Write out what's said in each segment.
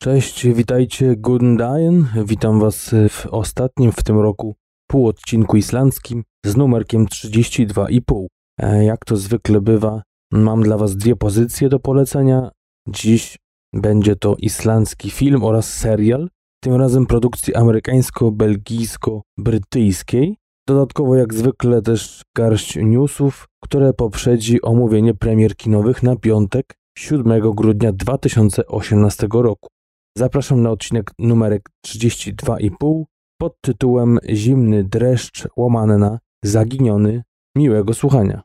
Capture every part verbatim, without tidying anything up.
Cześć, witajcie, guten Dagen. Witam was w ostatnim w tym roku półodcinku islandzkim z numerkiem trzydzieści dwa i pół. Jak to zwykle bywa, mam dla was dwie pozycje do polecenia. Dziś będzie to islandzki film oraz serial, tym razem produkcji amerykańsko-belgijsko-brytyjskiej. Dodatkowo jak zwykle też garść newsów, które poprzedzi omówienie premier kinowych na piątek, siódmego grudnia dwa tysiące osiemnastego roku. Zapraszam na odcinek numerek trzydzieści dwa i pół pod tytułem Zimny dreszcz łamane na Zaginiony. Miłego słuchania.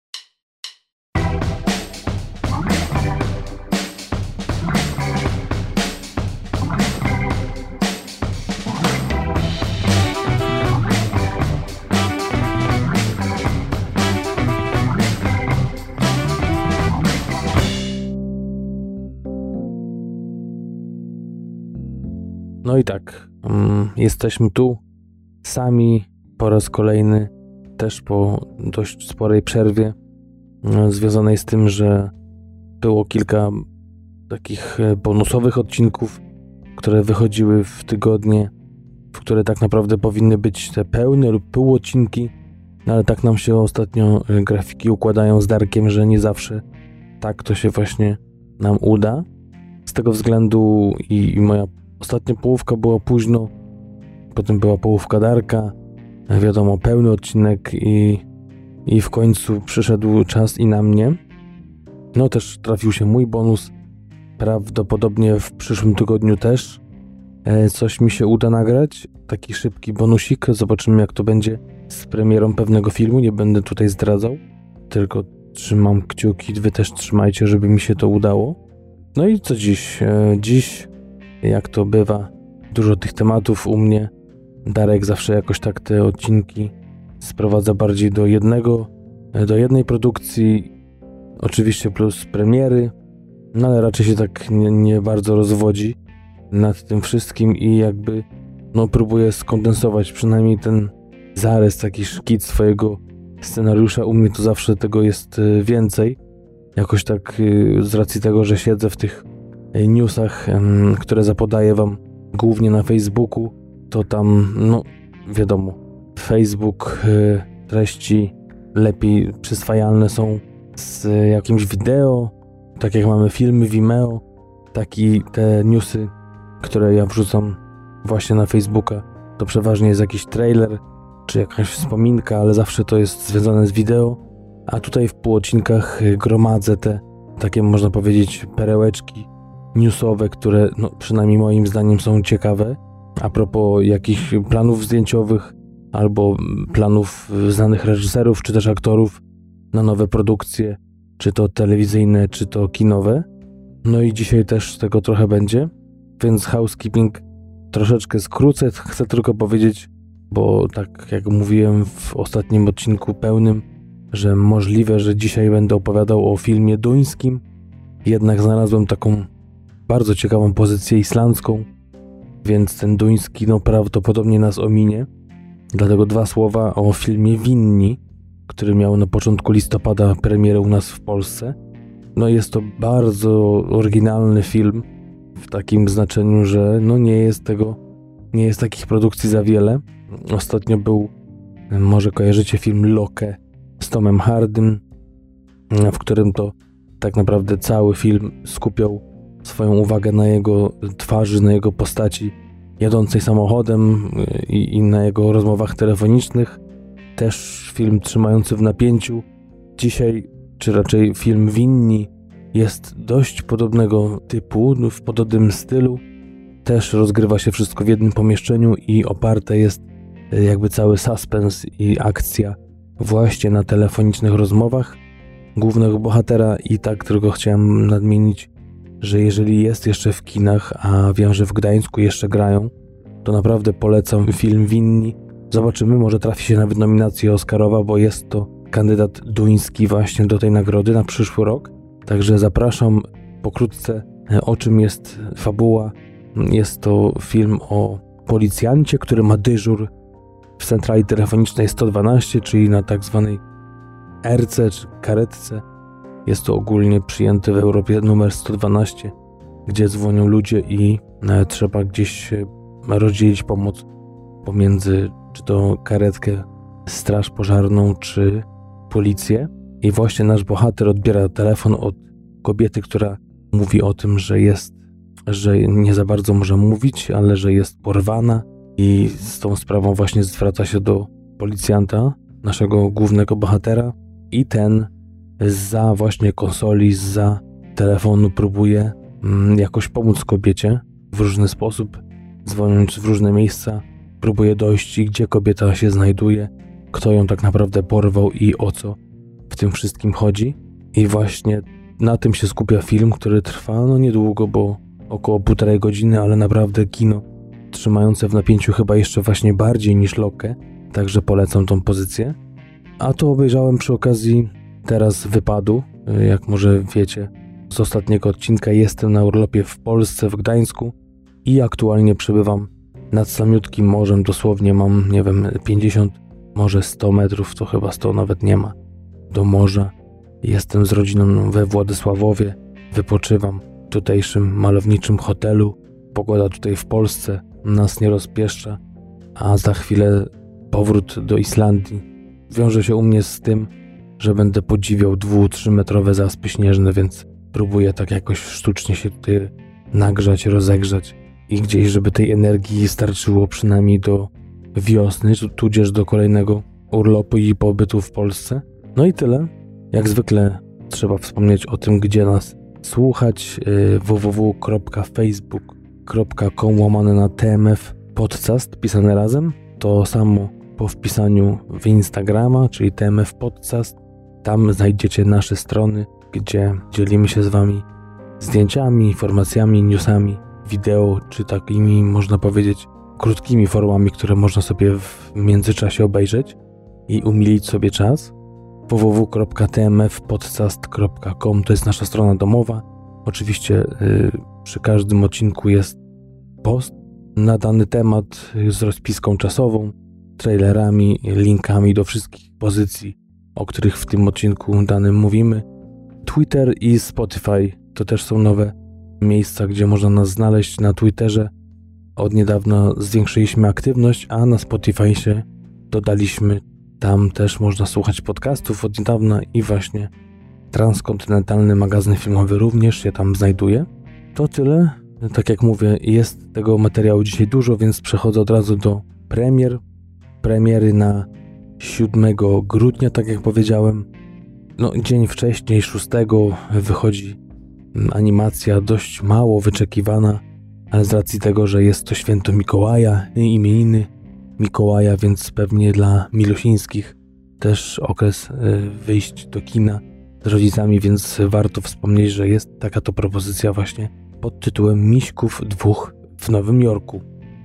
No i tak, um, jesteśmy tu sami po raz kolejny, też po dość sporej przerwie, um, związanej z tym, że było kilka takich bonusowych odcinków, które wychodziły w tygodnie, w które tak naprawdę powinny być te pełne lub półodcinki, no ale tak nam się ostatnio grafiki układają z Darkiem, że nie zawsze tak to się właśnie nam uda. Z tego względu i, i moja ostatnia połówka była późno, potem była połówka Darka, wiadomo, pełny odcinek i, i w końcu przyszedł czas i na mnie. No też trafił się mój bonus, prawdopodobnie w przyszłym tygodniu też e, coś mi się uda nagrać, taki szybki bonusik, zobaczymy jak to będzie z premierą pewnego filmu, nie będę tutaj zdradzał, tylko trzymam kciuki, wy też trzymajcie, żeby mi się to udało. No i co dziś? E, dziś Jak to bywa, dużo tych tematów u mnie. Darek zawsze jakoś tak te odcinki sprowadza bardziej do jednego, do jednej produkcji, oczywiście plus premiery, no ale raczej się tak nie, nie bardzo rozwodzi nad tym wszystkim i jakby no próbuje skondensować przynajmniej ten zarys, taki szkic swojego scenariusza. U mnie to zawsze tego jest więcej, jakoś tak z racji tego, że siedzę w tych newsach, które zapodaję wam głównie na Facebooku, to tam, no wiadomo, Facebook, treści lepiej przyswajalne są z jakimś wideo, tak jak mamy filmy Vimeo, tak i te newsy, które ja wrzucam właśnie na Facebooka, to przeważnie jest jakiś trailer, czy jakaś wspominka, ale zawsze to jest związane z wideo, a tutaj w półodcinkach gromadzę te takie, można powiedzieć, perełeczki newsowe, które no, przynajmniej moim zdaniem są ciekawe. A propos jakichś planów zdjęciowych albo planów znanych reżyserów czy też aktorów na nowe produkcje, czy to telewizyjne, czy to kinowe. No i dzisiaj też tego trochę będzie, więc housekeeping troszeczkę skrócę. Chcę tylko powiedzieć, bo tak jak mówiłem w ostatnim odcinku pełnym, że możliwe, że dzisiaj będę opowiadał o filmie duńskim, jednak znalazłem taką bardzo ciekawą pozycję islandzką, więc ten duński no prawdopodobnie nas ominie. Dlatego dwa słowa o filmie Winni, który miał na początku listopada premierę u nas w Polsce. No jest to bardzo oryginalny film w takim znaczeniu, że no nie jest tego, nie jest takich produkcji za wiele. Ostatnio był, może kojarzycie film Loke z Tomem Hardym, w którym to tak naprawdę cały film skupiał swoją uwagę na jego twarzy, na jego postaci jadącej samochodem i, i na jego rozmowach telefonicznych. Też film trzymający w napięciu. Dzisiaj, czy raczej film Winni, jest dość podobnego typu, w podobnym stylu. Też rozgrywa się wszystko w jednym pomieszczeniu i oparte jest jakby cały suspens i akcja właśnie na telefonicznych rozmowach głównego bohatera. I tak tylko chciałem nadmienić, że jeżeli jest jeszcze w kinach, a wiem, że w Gdańsku jeszcze grają, to naprawdę polecam film Winni. Zobaczymy, może trafi się nawet nominacja Oscarowa, bo jest to kandydat duński właśnie do tej nagrody na przyszły rok. Także zapraszam pokrótce, o czym jest fabuła. Jest to film o policjancie, który ma dyżur w centrali telefonicznej sto dwanaście, czyli na tak zwanej erce czy karetce. Jest to ogólnie przyjęty w Europie numer sto dwanaście. gdzie dzwonią ludzie i e, trzeba gdzieś rozdzielić pomoc pomiędzy czy to karetkę, straż pożarną, czy policję. I właśnie nasz bohater odbiera telefon od kobiety, która mówi o tym, że jest, że nie za bardzo może mówić, ale że jest porwana, i z tą sprawą właśnie zwraca się do policjanta, naszego głównego bohatera, i ten zza właśnie konsoli, zza telefonu próbuje mm, jakoś pomóc kobiecie w różny sposób, dzwoniąc w różne miejsca, próbuje dojść, gdzie kobieta się znajduje, kto ją tak naprawdę porwał i o co w tym wszystkim chodzi. I właśnie na tym się skupia film, który trwa no niedługo, bo około półtorej godziny, ale naprawdę kino trzymające w napięciu chyba jeszcze właśnie bardziej niż Locke, także polecam tą pozycję. A to obejrzałem przy okazji teraz wypadu, jak może wiecie, z ostatniego odcinka jestem na urlopie w Polsce, w Gdańsku, i aktualnie przebywam nad samiutkim morzem, dosłownie mam, nie wiem, pięćdziesiąt, może sto metrów, to chyba sto nawet nie ma, do morza. Jestem z rodziną we Władysławowie, wypoczywam w tutejszym malowniczym hotelu. Pogoda tutaj w Polsce nas nie rozpieszcza, a za chwilę powrót do Islandii wiąże się u mnie z tym, że będę podziwiał dwu-, trzymetrowe zaspy śnieżne, więc próbuję tak jakoś sztucznie się tutaj nagrzać, rozegrzać i gdzieś, żeby tej energii starczyło przynajmniej do wiosny, tudzież do kolejnego urlopu i pobytu w Polsce. No i tyle. Jak zwykle trzeba wspomnieć o tym, gdzie nas słuchać. w w w kropka facebook kropka com łamane na T M F podcast pisane razem. To samo po wpisaniu w Instagrama, czyli T M F podcast. Tam znajdziecie nasze strony, gdzie dzielimy się z wami zdjęciami, informacjami, newsami, wideo, czy takimi, można powiedzieć, krótkimi formami, które można sobie w międzyczasie obejrzeć i umilić sobie czas. w w w kropka t m f podcast kropka com to jest nasza strona domowa. Oczywiście yy, przy każdym odcinku jest post na dany temat z rozpiską czasową, trailerami, linkami do wszystkich pozycji, o których w tym odcinku danym mówimy. Twitter i Spotify to też są nowe miejsca, gdzie można nas znaleźć. Na Twitterze od niedawna zwiększyliśmy aktywność, a na Spotify się dodaliśmy. Tam też można słuchać podcastów od niedawna i właśnie Transkontynentalny Magazyn Filmowy również się tam znajduje. To tyle. Tak jak mówię, jest tego materiału dzisiaj dużo, więc przechodzę od razu do premier. Premiery na siódmego grudnia, tak jak powiedziałem. No, dzień wcześniej, szóstego, wychodzi animacja dość mało wyczekiwana, ale z racji tego, że jest to święto Mikołaja i imieniny Mikołaja, więc pewnie dla milusińskich też okres wyjść do kina z rodzicami, więc warto wspomnieć, że jest taka to propozycja właśnie pod tytułem Miśków dwóch w Nowym Jorku.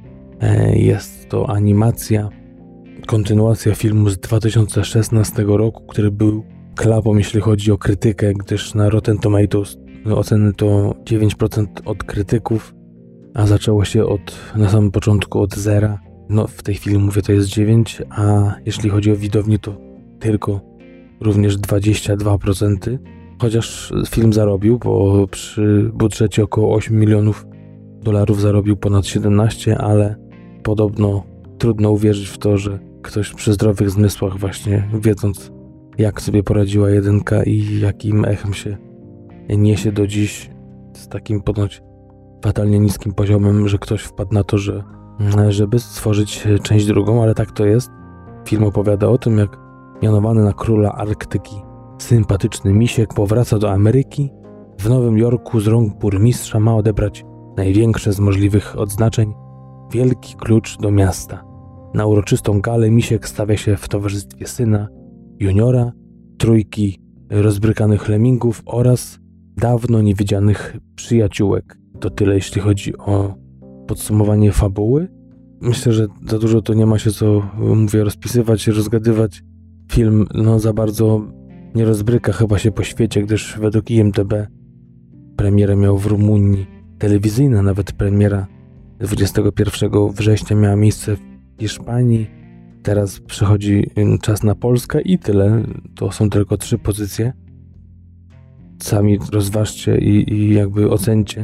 Jest to animacja, kontynuacja filmu z dwa tysiące szesnastego roku, który był klapą, jeśli chodzi o krytykę, gdyż na Rotten Tomatoes oceny to dziewięć procent od krytyków, a zaczęło się od, na samym początku od zera. No w tej chwili mówię, to jest dziewięć, a jeśli chodzi o widownię, to tylko również dwadzieścia dwa procent. Chociaż film zarobił, bo przy budżecie około osiem milionów dolarów zarobił ponad siedemnaście, ale podobno trudno uwierzyć w to, że ktoś przy zdrowych zmysłach, właśnie wiedząc, jak sobie poradziła jedynka i jakim echem się niesie do dziś, z takim ponoć fatalnie niskim poziomem, że ktoś wpadł na to, że żeby stworzyć część drugą, ale tak to jest. Film opowiada o tym, jak mianowany na króla Arktyki sympatyczny misiek powraca do Ameryki. W Nowym Jorku z rąk burmistrza ma odebrać największe z możliwych odznaczeń — wielki klucz do miasta. Na uroczystą galę misiek stawia się w towarzystwie syna, juniora, trójki rozbrykanych lemmingów oraz dawno niewidzianych przyjaciółek. To tyle, jeśli chodzi o podsumowanie fabuły. Myślę, że za dużo to nie ma się co, mówię, rozpisywać, rozgadywać. Film no za bardzo nie rozbryka chyba się po świecie, gdyż według I M D B premierę miał w Rumunii. Telewizyjna nawet premiera dwudziestego pierwszego września miała miejsce w Hiszpanii. Teraz przychodzi czas na Polskę i tyle. To są tylko trzy pozycje. Sami rozważcie i, i jakby ocencie,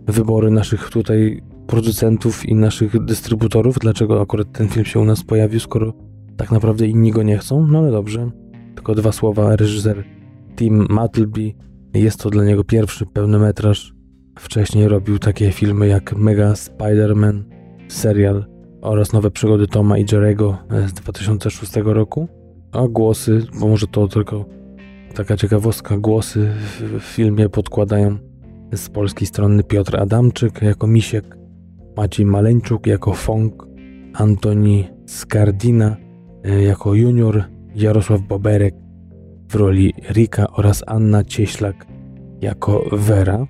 wybory naszych tutaj producentów i naszych dystrybutorów, dlaczego akurat ten film się u nas pojawił, skoro tak naprawdę inni go nie chcą, no ale dobrze. Tylko dwa słowa, reżyser Tim Matleby, jest to dla niego pierwszy pełnometraż. Wcześniej robił takie filmy jak Mega Spider-Man, serial oraz Nowe przygody Toma i Jerry'ego z dwa tysiące szóstego roku. A głosy, bo może to tylko taka ciekawostka, głosy w filmie podkładają z polskiej strony Piotr Adamczyk jako Misiek, Maciej Maleńczuk jako Fong, Antoni Skardina jako Junior, Jarosław Boberek w roli Rika oraz Anna Cieślak jako Vera.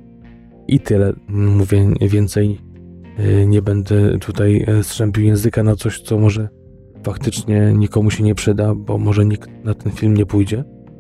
I tyle. Mówię, więcej nie będę tutaj strzępił języka na coś, co może faktycznie nikomu się nie przyda, bo może nikt na ten film nie pójdzie.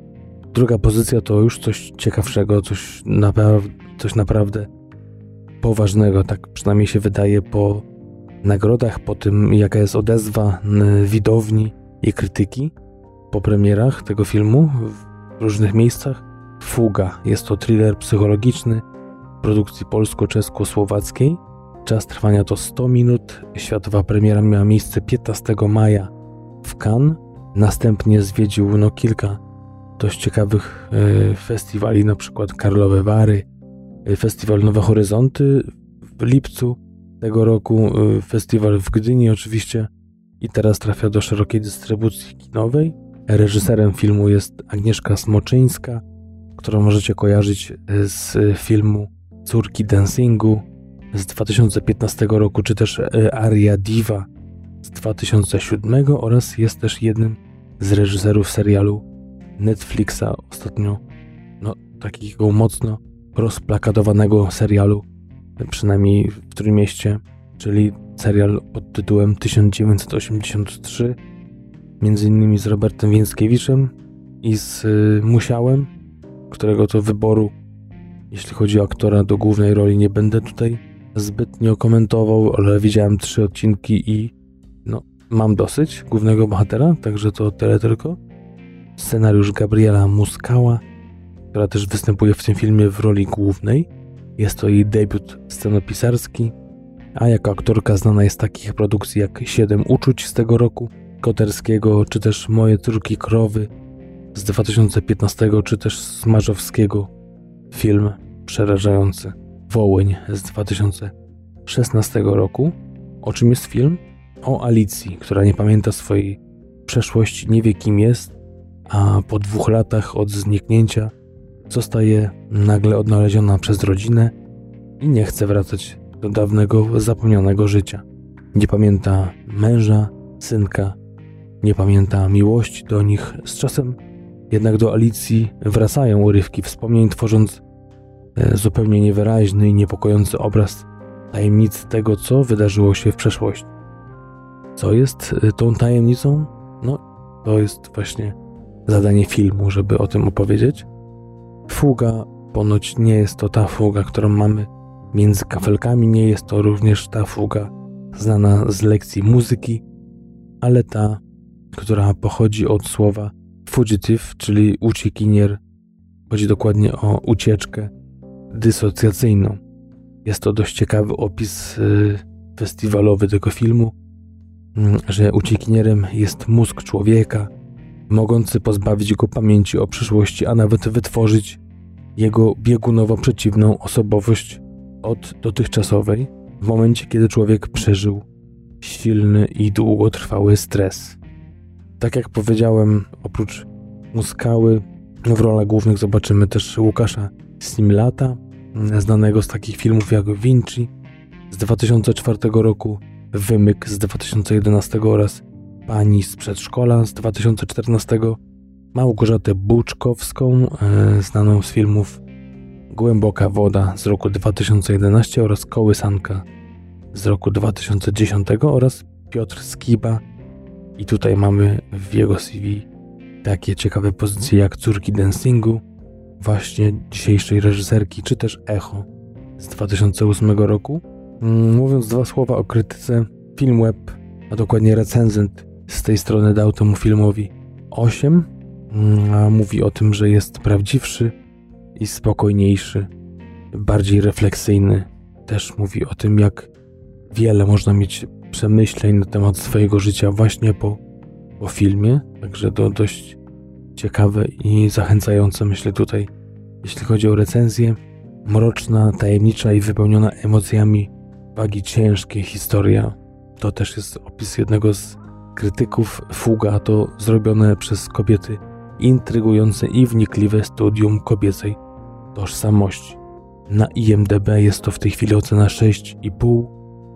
Druga pozycja to już coś ciekawszego, coś, napra- coś naprawdę poważnego, tak przynajmniej się wydaje po nagrodach, po tym jaka jest odezwa widowni i krytyki po premierach tego filmu w różnych miejscach. Fuga. Jest to thriller psychologiczny produkcji polsko-czesko-słowackiej. Czas trwania to sto minut. Światowa premiera miała miejsce piętnastego maja w Cannes. Następnie zwiedził no, kilka dość ciekawych y, festiwali, na przykład Karlowe Wary, y, festiwal Nowe Horyzonty w lipcu tego roku, y, festiwal w Gdyni oczywiście i teraz trafia do szerokiej dystrybucji kinowej. Reżyserem filmu jest Agnieszka Smoczyńska, którą możecie kojarzyć z filmu Córki dancingu z dwa tysiące piętnastego roku, czy też Aria Diva z dwa tysiące siódmego oraz jest też jednym z reżyserów serialu Netflixa ostatnio, no takiego mocno rozplakatowanego serialu, przynajmniej w Trójmieście, czyli serial pod tytułem tysiąc dziewięćset osiemdziesiąt trzy, między innymi z Robertem Więckiewiczem i z y, Musiałem, którego to wyboru, jeśli chodzi o aktora do głównej roli, nie będę tutaj zbytnio komentował, ale widziałem trzy odcinki i no, mam dosyć głównego bohatera, także to tyle tylko. Scenariusz Gabriela Muskała, która też występuje w tym filmie w roli głównej. Jest to jej debiut scenopisarski, a jako aktorka znana jest z takich produkcji jak Siedem uczuć z tego roku Koterskiego, czy też Moje córki krowy z dwa tysiące piętnastego, czy też Smarzowskiego film przerażający Wołyń z dwa tysiące szesnastego roku. O czym jest film? O Alicji, która nie pamięta swojej przeszłości, nie wie kim jest, a po dwóch latach od zniknięcia zostaje nagle odnaleziona przez rodzinę i nie chce wracać do dawnego, zapomnianego życia. Nie pamięta męża, synka, nie pamięta miłości do nich. Z czasem jednak do Alicji wracają urywki wspomnień, tworząc zupełnie niewyraźny i niepokojący obraz tajemnicy tego, co wydarzyło się w przeszłości. Co jest tą tajemnicą? No, to jest właśnie zadanie filmu, żeby o tym opowiedzieć. Fuga ponoć nie jest to ta fuga, którą mamy między kafelkami, nie jest to również ta fuga znana z lekcji muzyki, ale ta, która pochodzi od słowa fugitive, czyli uciekinier. Chodzi dokładnie o ucieczkę dysocjacyjną. Jest to dość ciekawy opis y, festiwalowy tego filmu, y, że uciekinierem jest mózg człowieka, mogący pozbawić go pamięci o przyszłości, a nawet wytworzyć jego biegunowo przeciwną osobowość od dotychczasowej w momencie, kiedy człowiek przeżył silny i długotrwały stres. Tak jak powiedziałem, oprócz Muskały w rolach głównych zobaczymy też Łukasza Simlata, znanego z takich filmów jak Vinci z dwa tysiące czwartego roku, Wymyk z dwa tysiące jedenastego oraz Pani z przedszkola z dwa tysiące czternastego, Małgorzatę Buczkowską, e, znaną z filmów Głęboka woda z roku dwa tysiące jedenastego oraz Kołysanka z roku dwa tysiące dziesiątego oraz Piotr Skiba. I tutaj mamy w jego C V takie ciekawe pozycje jak Córki dancingu, właśnie dzisiejszej reżyserki, czy też Echo z dwa tysiące ósmego roku. Mówiąc dwa słowa o krytyce, Filmweb, a dokładnie recenzent z tej strony dał temu filmowi osiem, a mówi o tym, że jest prawdziwszy i spokojniejszy bardziej refleksyjny. Też mówi o tym, jak wiele można mieć przemyśleń na temat swojego życia właśnie po, po filmie. Także to dość ciekawe i zachęcające, myślę, tutaj, jeśli chodzi o recenzję. Mroczna, tajemnicza i wypełniona emocjami wagi ciężkie historia. To też jest opis jednego z krytyków. Fuga to zrobione przez kobiety intrygujące i wnikliwe studium kobiecej tożsamości. Na I M D B jest to w tej chwili ocena sześć i pół.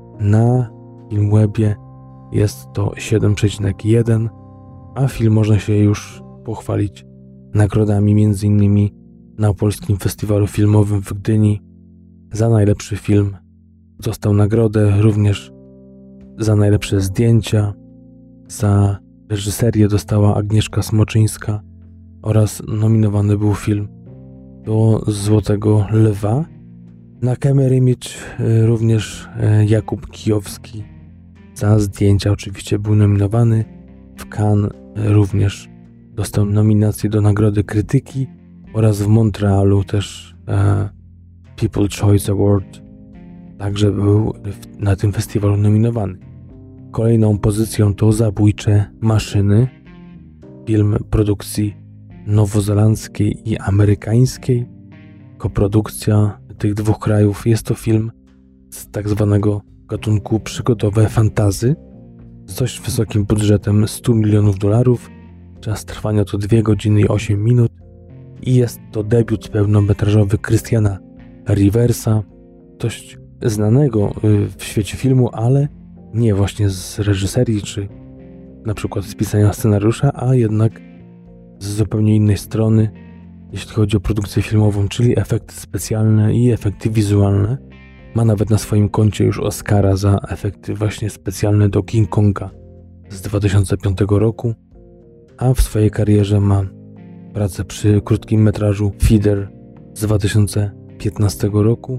Na Filmwebie jest to siedem przecinek jeden, a film może się już pochwalić nagrodami, między innymi na Polskim Festiwalu Filmowym w Gdyni. Za najlepszy film dostał nagrodę, również za najlepsze zdjęcia. Za reżyserię dostała Agnieszka Smoczyńska oraz nominowany był film do Złotego Lwa. Na Camera Image również Jakub Kijowski za zdjęcia oczywiście był nominowany. W Cannes również dostał nominację do Nagrody Krytyki oraz w Montrealu też e, People Choice Award. Także był w, na tym festiwalu nominowany. Kolejną pozycją to Zabójcze Maszyny. Film produkcji nowozelandzkiej i amerykańskiej. Koprodukcja tych dwóch krajów. Jest to film z tak zwanego gatunku przygodowe fantasy z dość wysokim budżetem stu milionów dolarów. Czas trwania to dwie godziny i osiem minut i jest to debiut pełnometrażowy Christiana Riversa, dość znanego w świecie filmu, ale nie właśnie z reżyserii czy na przykład z pisania scenariusza, a jednak z zupełnie innej strony, jeśli chodzi o produkcję filmową, czyli efekty specjalne i efekty wizualne. Ma nawet na swoim koncie już Oscara za efekty właśnie specjalne do King Konga z dwa tysiące piątego roku, a w swojej karierze ma pracę przy krótkim metrażu Feeder z dwa tysiące piętnastego roku.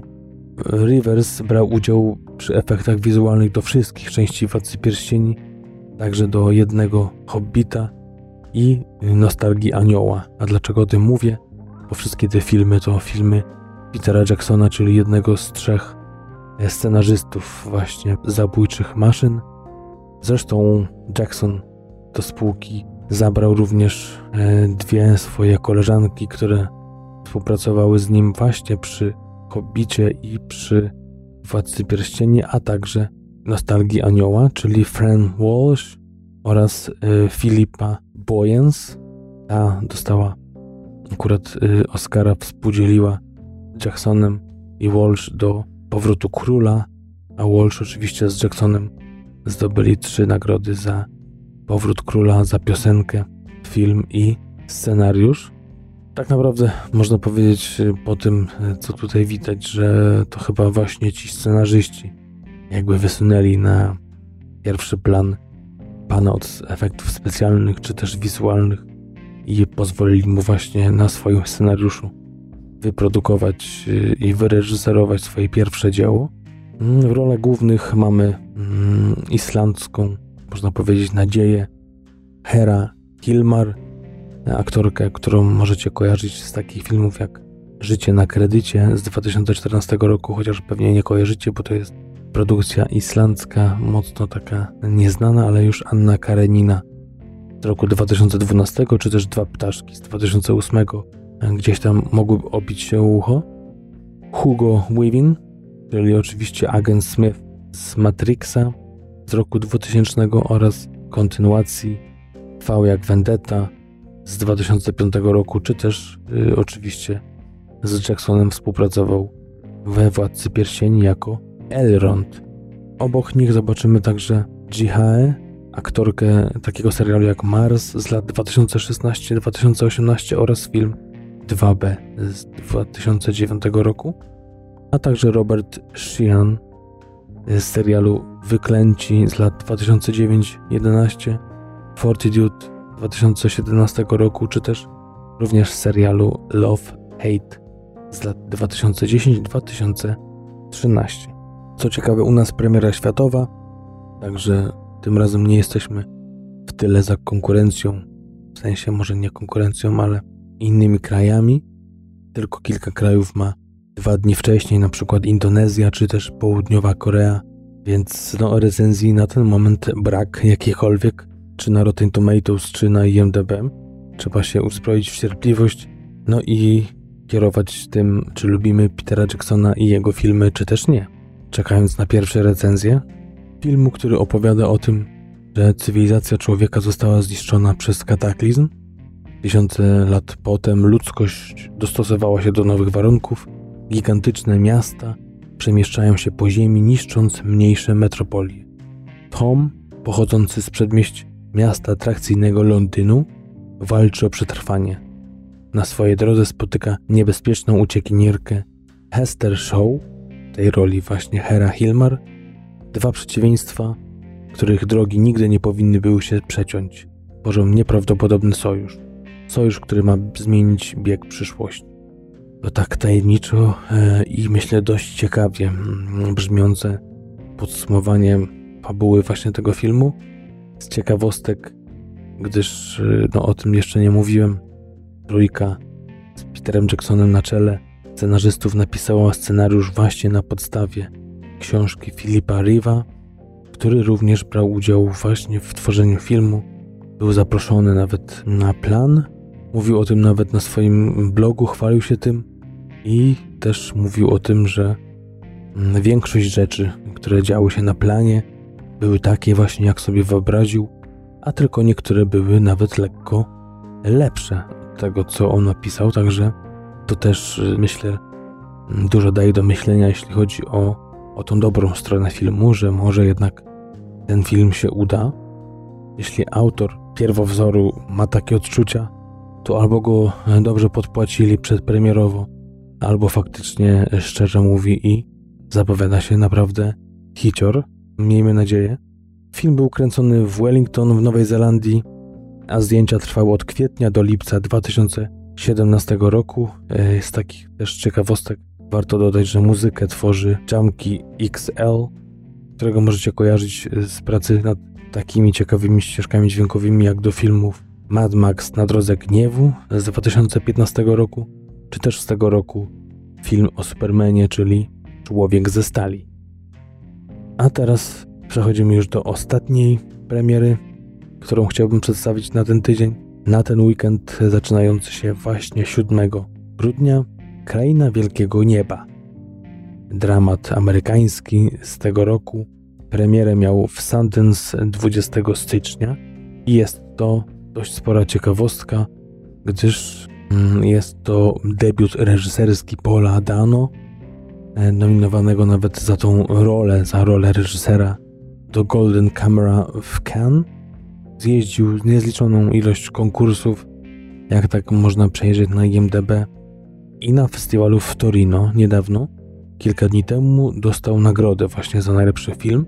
Rivers brał udział przy efektach wizualnych do wszystkich części Władcy Pierścieni, także do jednego Hobbita i Nostalgii Anioła. A dlaczego o tym mówię? Bo wszystkie te filmy to filmy Petera Jacksona, czyli jednego z trzech scenarzystów właśnie Zabójczych Maszyn. Zresztą Jackson do spółki zabrał również dwie swoje koleżanki, które współpracowały z nim właśnie przy Hobbicie i przy Władcy Pierścieni, a także Nostalgii Anioła, czyli Fran Walsh oraz Philippa Boyens. Ta dostała akurat Oscara, współdzieliła Jacksonem i Walsh do Powrotu Króla, a Walsh oczywiście z Jacksonem zdobyli trzy nagrody za Powrót Króla, za piosenkę, film i scenariusz. Tak naprawdę można powiedzieć po tym, co tutaj widać, że to chyba właśnie ci scenarzyści jakby wysunęli na pierwszy plan pana od efektów specjalnych czy też wizualnych i pozwolili mu właśnie na swoim scenariuszu wyprodukować i wyreżyserować swoje pierwsze dzieło. W rolach głównych mamy islandzką, można powiedzieć, nadzieję Hera Kilmar, aktorkę, którą możecie kojarzyć z takich filmów jak Życie na kredycie z dwa tysiące czternastego roku, chociaż pewnie nie kojarzycie, bo to jest produkcja islandzka, mocno taka nieznana, ale już Anna Karenina z roku dwa tysiące dwunastego, czy też Dwa ptaszki z dwa tysiące ósmego gdzieś tam mogłyby obić się o ucho. Hugo Weaving, czyli oczywiście agent Smith z Matrixa z roku dwutysięcznego oraz kontynuacji V jak Vendetta z dwa tysiące piątego roku, czy też y, oczywiście z Jacksonem współpracował we Władcy Pierścieni jako Elrond. Obok nich zobaczymy także Jihae, aktorkę takiego serialu jak Mars z lat dwa tysiące szesnasty do dwa tysiące osiemnasty oraz film dwa B z dwa tysiące dziewiątego roku, a także Robert Sheehan z serialu Wyklęci z lat dwa tysiące dziewiąty do jedenastego, Fortitude dwa tysiące siedemnastego roku, czy też również z serialu Love Hate z lat dwa tysiące dziesiąty do dwa tysiące trzynastego. Co ciekawe, u nas premiera światowa, także tym razem nie jesteśmy w tyle za konkurencją, w sensie może nie konkurencją, ale innymi krajami. Tylko kilka krajów ma dwa dni wcześniej na przykład Indonezja czy też Południowa Korea, więc no recenzji na ten moment brak jakichkolwiek, czy na Rotten Tomatoes, czy na I M D B. Trzeba się uzbroić w cierpliwość, no i kierować tym, czy lubimy Petera Jacksona i jego filmy, czy też nie. Czekając na pierwsze recenzje filmu, który opowiada o tym, że cywilizacja człowieka została zniszczona przez kataklizm. Tysiące lat potem ludzkość dostosowała się do nowych warunków. Gigantyczne miasta przemieszczają się po ziemi, niszcząc mniejsze metropolie. Tom, pochodzący z przedmieść miasta atrakcyjnego Londynu, walczy o przetrwanie. Na swojej drodze spotyka niebezpieczną uciekinierkę Hester Shaw, w tej roli właśnie Hera Hilmar, dwa przeciwieństwa, których drogi nigdy nie powinny były się przeciąć. Tworzą nieprawdopodobny sojusz. Sojusz, który ma zmienić bieg przyszłości. To tak tajemniczo e, i myślę dość ciekawie mm, brzmiące podsumowanie fabuły właśnie tego filmu. Z ciekawostek, gdyż e, no, o tym jeszcze nie mówiłem, trójka z Peterem Jacksonem na czele scenarzystów napisała scenariusz właśnie na podstawie książki Philippa Reeve'a, który również brał udział właśnie w tworzeniu filmu. Był zaproszony nawet na plan, mówił o tym nawet na swoim blogu, chwalił się tym i też mówił o tym, że większość rzeczy, które działy się na planie, były takie właśnie jak sobie wyobraził, a tylko niektóre były nawet lekko lepsze od tego, co on napisał, także to też myślę dużo daje do myślenia, jeśli chodzi o, o tą dobrą stronę filmu, że może jednak ten film się uda. Jeśli autor pierwowzoru ma takie odczucia, to albo go dobrze podpłacili przedpremierowo, albo faktycznie szczerze mówi i zapowiada się naprawdę hicior. Miejmy nadzieję. Film był kręcony w Wellington w Nowej Zelandii, a zdjęcia trwały od kwietnia do lipca dwa tysiące siedemnastego roku. Z takich też ciekawostek warto dodać, że muzykę tworzy Jamki X L, którego możecie kojarzyć z pracy nad takimi ciekawymi ścieżkami dźwiękowymi jak do filmów Mad Max na drodze gniewu z dwa tysiące piętnastego roku, czy też z tego roku film o Supermanie, czyli Człowiek ze stali. A teraz przechodzimy już do ostatniej premiery, którą chciałbym przedstawić na ten tydzień, na ten weekend zaczynający się właśnie siódmego grudnia. Kraina Wielkiego Nieba. Dramat amerykański z tego roku. Premierę miał w Sundance dwudziestego stycznia i jest to dość spora ciekawostka, gdyż jest to debiut reżyserski Paula Dano, nominowanego nawet za tą rolę, za rolę reżysera do Golden Camera w Cannes. Zjeździł niezliczoną ilość konkursów, jak tak można przejrzeć na I M D B, i na festiwalu w Torino niedawno, kilka dni temu, dostał nagrodę właśnie za najlepszy film.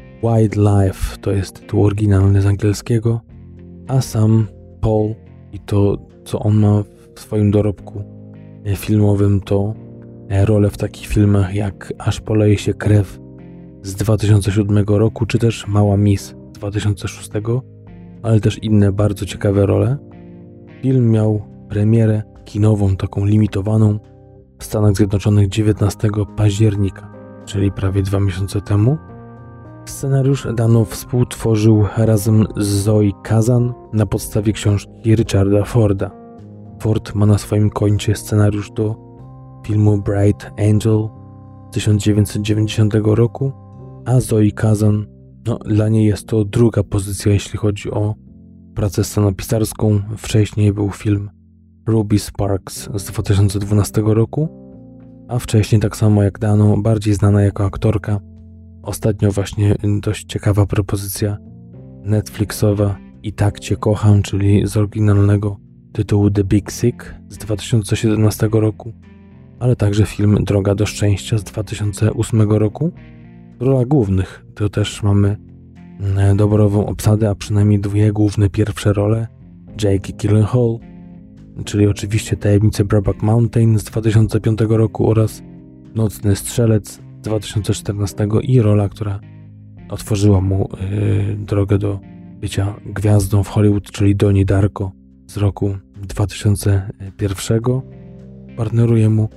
Wildlife to jest tytuł oryginalny z angielskiego, a sam Paul i to, co on ma w swoim dorobku filmowym, to rolę w takich filmach jak Aż poleje się krew z dwa tysiące siódmego roku, czy też Mała Miss z dwa tysiące szóstego, ale też inne bardzo ciekawe role. Film miał premierę kinową, taką limitowaną w Stanach Zjednoczonych dziewiętnastego października, czyli prawie dwa miesiące temu. Scenariusz Dano współtworzył razem z Zoe Kazan na podstawie książki Richarda Forda. Ford ma na swoim koncie scenariusz do filmu Bright Angel z tysiąc dziewięćset dziewięćdziesiątego roku, a Zoe Kazan, no dla niej jest to druga pozycja, jeśli chodzi o pracę scenopisarską. Wcześniej był film Ruby Sparks z dwa tysiące dwunastego roku, a wcześniej tak samo jak Dano, bardziej znana jako aktorka. Ostatnio właśnie dość ciekawa propozycja Netflixowa I tak Cię kocham, czyli z oryginalnego tytułu The Big Sick z dwa tysiące siedemnastego roku, ale także film Droga do szczęścia z dwa tysiące ósmego roku. W rolach głównych to też mamy doborową obsadę, a przynajmniej dwie główne pierwsze role. Jake Gyllenhaal, czyli oczywiście Tajemnice Brokeback Mountain z dwa tysiące piątego roku oraz Nocny Strzelec z dwa tysiące czternastego i rola, która otworzyła mu yy, drogę do bycia gwiazdą w Hollywood, czyli Donnie Darko z roku dwa tysiące pierwszego. Partneruje mu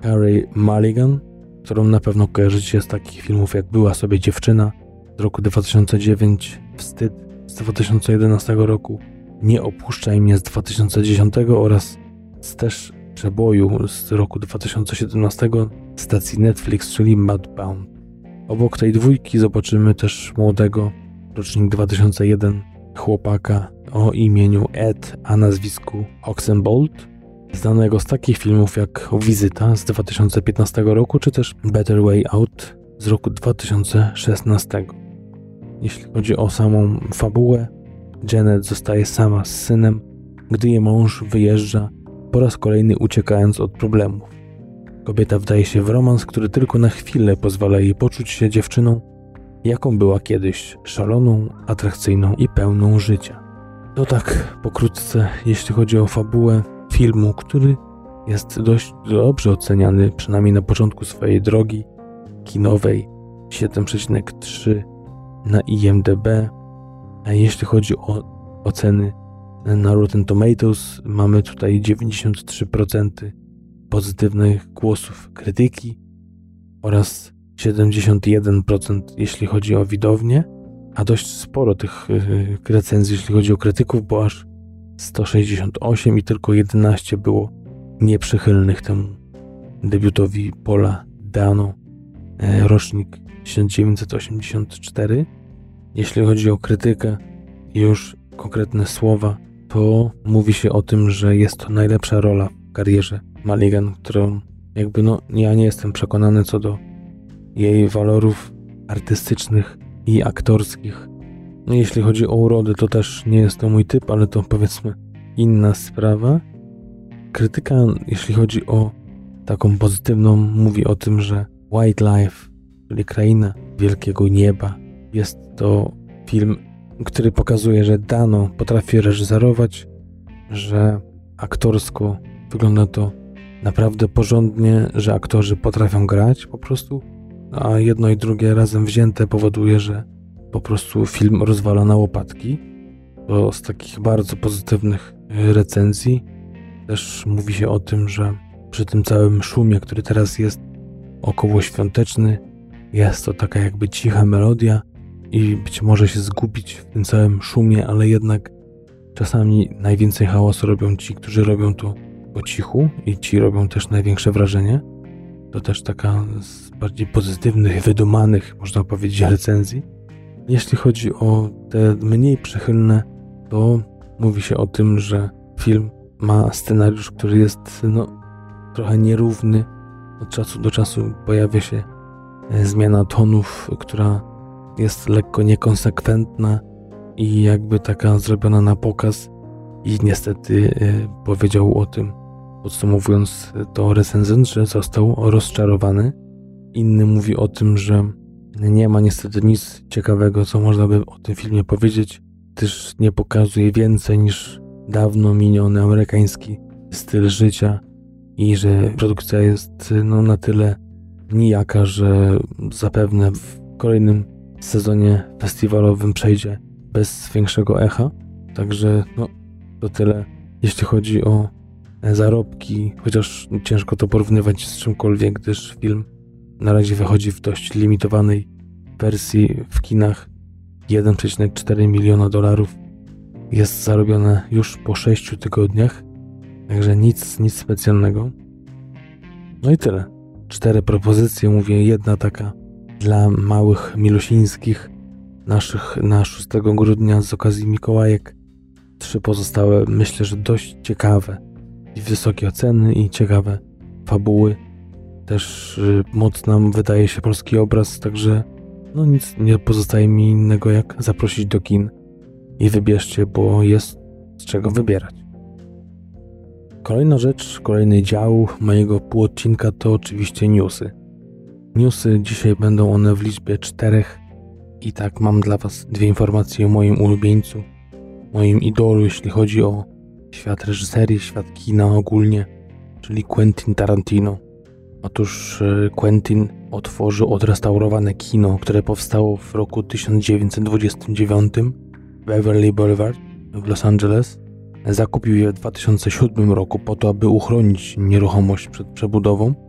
Carey Mulligan, którą na pewno kojarzycie z takich filmów jak Była sobie dziewczyna z roku dwa tysiące dziewiątego, Wstyd z dwa tysiące jedenastego roku, Nie opuszczaj mnie z dwa tysiące dziesiątego oraz z też Przeboju z roku dwa tysiące siedemnastego stacji Netflix, czyli Mudbound. Obok tej dwójki zobaczymy też młodego, rocznik dwa tysiące jeden, chłopaka o imieniu Ed, a nazwisku Oxenbould, znanego z takich filmów jak Wizyta z dwa tysiące piętnastego roku, czy też Better Way Out z roku dwa tysiące szesnastego. Jeśli chodzi o samą fabułę, Janet zostaje sama z synem, gdy jej mąż wyjeżdża, po raz kolejny uciekając od problemów. Kobieta wdaje się w romans, który tylko na chwilę pozwala jej poczuć się dziewczyną, jaką była kiedyś, szaloną, atrakcyjną i pełną życia. To tak pokrótce, jeśli chodzi o fabułę filmu, który jest dość dobrze oceniany, przynajmniej na początku swojej drogi kinowej, siedem przecinek trzy na I M D B. A jeśli chodzi o oceny na Rotten Tomatoes, mamy tutaj dziewięćdziesiąt trzy procent pozytywnych głosów krytyki oraz siedemdziesiąt jeden procent jeśli chodzi o widownię, a dość sporo tych recenzji jeśli chodzi o krytyków, bo aż sto sześćdziesiąt osiem i tylko jedenaście było nieprzychylnych temu debiutowi Paula Dano, rocznik tysiąc dziewięćset osiemdziesiąt cztery. Jeśli chodzi o krytykę i już konkretne słowa, to mówi się o tym, że jest to najlepsza rola w karierze Mulligan, którą jakby no ja nie jestem przekonany co do jej walorów artystycznych i aktorskich. No jeśli chodzi o urodę, to też nie jest to mój typ, ale to powiedzmy inna sprawa. Krytyka, jeśli chodzi o taką pozytywną, mówi o tym, że Wildlife, czyli Kraina Wielkiego Nieba, jest to film, który pokazuje, że Dano potrafi reżyserować, że aktorsko wygląda to naprawdę porządnie, że aktorzy potrafią grać po prostu, a jedno i drugie razem wzięte powoduje, że po prostu film rozwala na łopatki. To z takich bardzo pozytywnych recenzji też mówi się o tym, że przy tym całym szumie, który teraz jest około świąteczny, jest to taka jakby cicha melodia i być może się zgubić w tym całym szumie, ale jednak czasami najwięcej hałasu robią ci, którzy robią to po cichu i ci robią też największe wrażenie. To też taka z bardziej pozytywnych, wydumanych, można powiedzieć, recenzji. Jeśli chodzi o te mniej przychylne, to mówi się o tym, że film ma scenariusz, który jest no, trochę nierówny. Od czasu do czasu pojawia się zmiana tonów, która jest lekko niekonsekwentna i jakby taka zrobiona na pokaz. I niestety powiedział o tym, podsumowując to recenzent, że został rozczarowany. Inny mówi o tym, że nie ma niestety nic ciekawego, co można by o tym filmie powiedzieć, gdyż nie pokazuje więcej niż dawno miniony amerykański styl życia i że produkcja jest no, na tyle nijaka, że zapewne w kolejnym sezonie festiwalowym przejdzie bez większego echa. Także no, to tyle, jeśli chodzi o zarobki, chociaż ciężko to porównywać z czymkolwiek, gdyż film na razie wychodzi w dość limitowanej wersji w kinach. jeden przecinek cztery miliona dolarów jest zarobione już po sześciu tygodniach, także nic, nic specjalnego. No i tyle. Cztery propozycje, mówię, jedna taka dla małych milusińskich naszych na szóstego grudnia z okazji Mikołajek. Trzy pozostałe, myślę, że dość ciekawe i wysokie oceny i ciekawe fabuły. Też y, mocno wydaje się polski obraz, także no nic nie pozostaje mi innego jak zaprosić do kin i wybierzcie, bo jest z czego wybierać. Kolejna rzecz, kolejny dział mojego półodcinka to oczywiście newsy. Newsy dzisiaj będą one w liczbie czterech i tak mam dla was dwie informacje o moim ulubieńcu, moim idolu, jeśli chodzi o świat reżyserii, świat kina ogólnie, czyli Quentin Tarantino. Otóż Quentin otworzył odrestaurowane kino, które powstało w roku tysiąc dziewięćset dwudziestym dziewiątym w Beverly Boulevard w Los Angeles. Zakupił je w dwa tysiące siódmym roku po to, aby uchronić nieruchomość przed przebudową.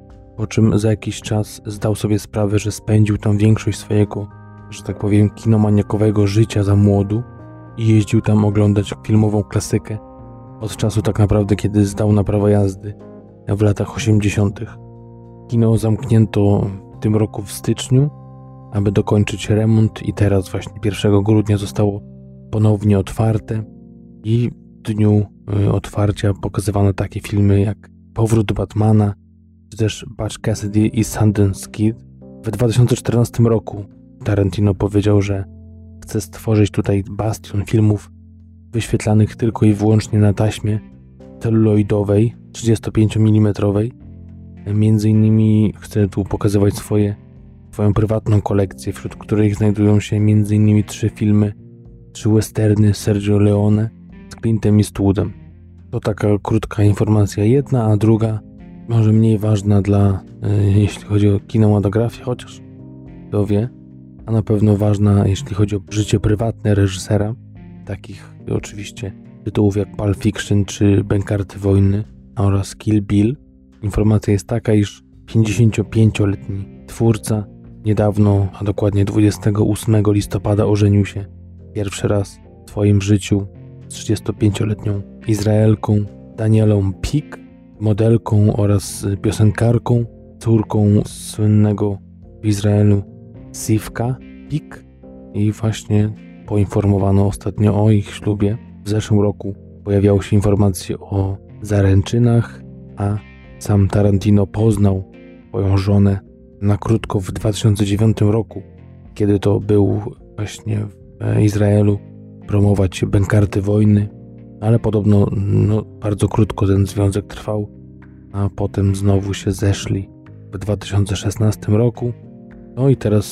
po czym za jakiś czas zdał sobie sprawę, że spędził tam większość swojego, że tak powiem, kinomaniakowego życia za młodu i jeździł tam oglądać filmową klasykę od czasu tak naprawdę, kiedy zdał na prawo jazdy w latach osiemdziesiątych. Kino zamknięto w tym roku w styczniu, aby dokończyć remont i teraz właśnie pierwszego grudnia zostało ponownie otwarte i w dniu otwarcia pokazywano takie filmy jak Powrót Batmana, czy też Butch Cassidy i Sundance Kid. W dwa tysiące czternastym roku Tarantino powiedział, że chce stworzyć tutaj bastion filmów wyświetlanych tylko i wyłącznie na taśmie celuloidowej, trzydziestopięciomilimetrowej. Między innymi chce tu pokazywać swoje, swoją prywatną kolekcję, wśród których znajdują się między innymi trzy filmy, trzy westerny Sergio Leone z Clintem Eastwoodem. To taka krótka informacja jedna, a druga może mniej ważna dla, y, jeśli chodzi o kinematografię, chociaż kto wie, a na pewno ważna, jeśli chodzi o życie prywatne reżysera, takich oczywiście tytułów jak Pulp Fiction czy Bękarty Wojny oraz Kill Bill. Informacja jest taka, iż pięćdziesięciopięcioletni twórca niedawno, a dokładnie dwudziestego ósmego listopada ożenił się pierwszy raz w swoim życiu z trzydziestopięcioletnią Izraelką Danielą Pik, modelką oraz piosenkarką, córką słynnego w Izraelu Sivka Pik, i właśnie poinformowano ostatnio o ich ślubie. W zeszłym roku pojawiały się informacje o zaręczynach, a sam Tarantino poznał swoją żonę na krótko w dwa tysiące dziewiątym roku, kiedy to był właśnie w Izraelu promować Bękarty Wojny, ale podobno no, bardzo krótko ten związek trwał, a potem znowu się zeszli w dwa tysiące szesnastym roku. No i teraz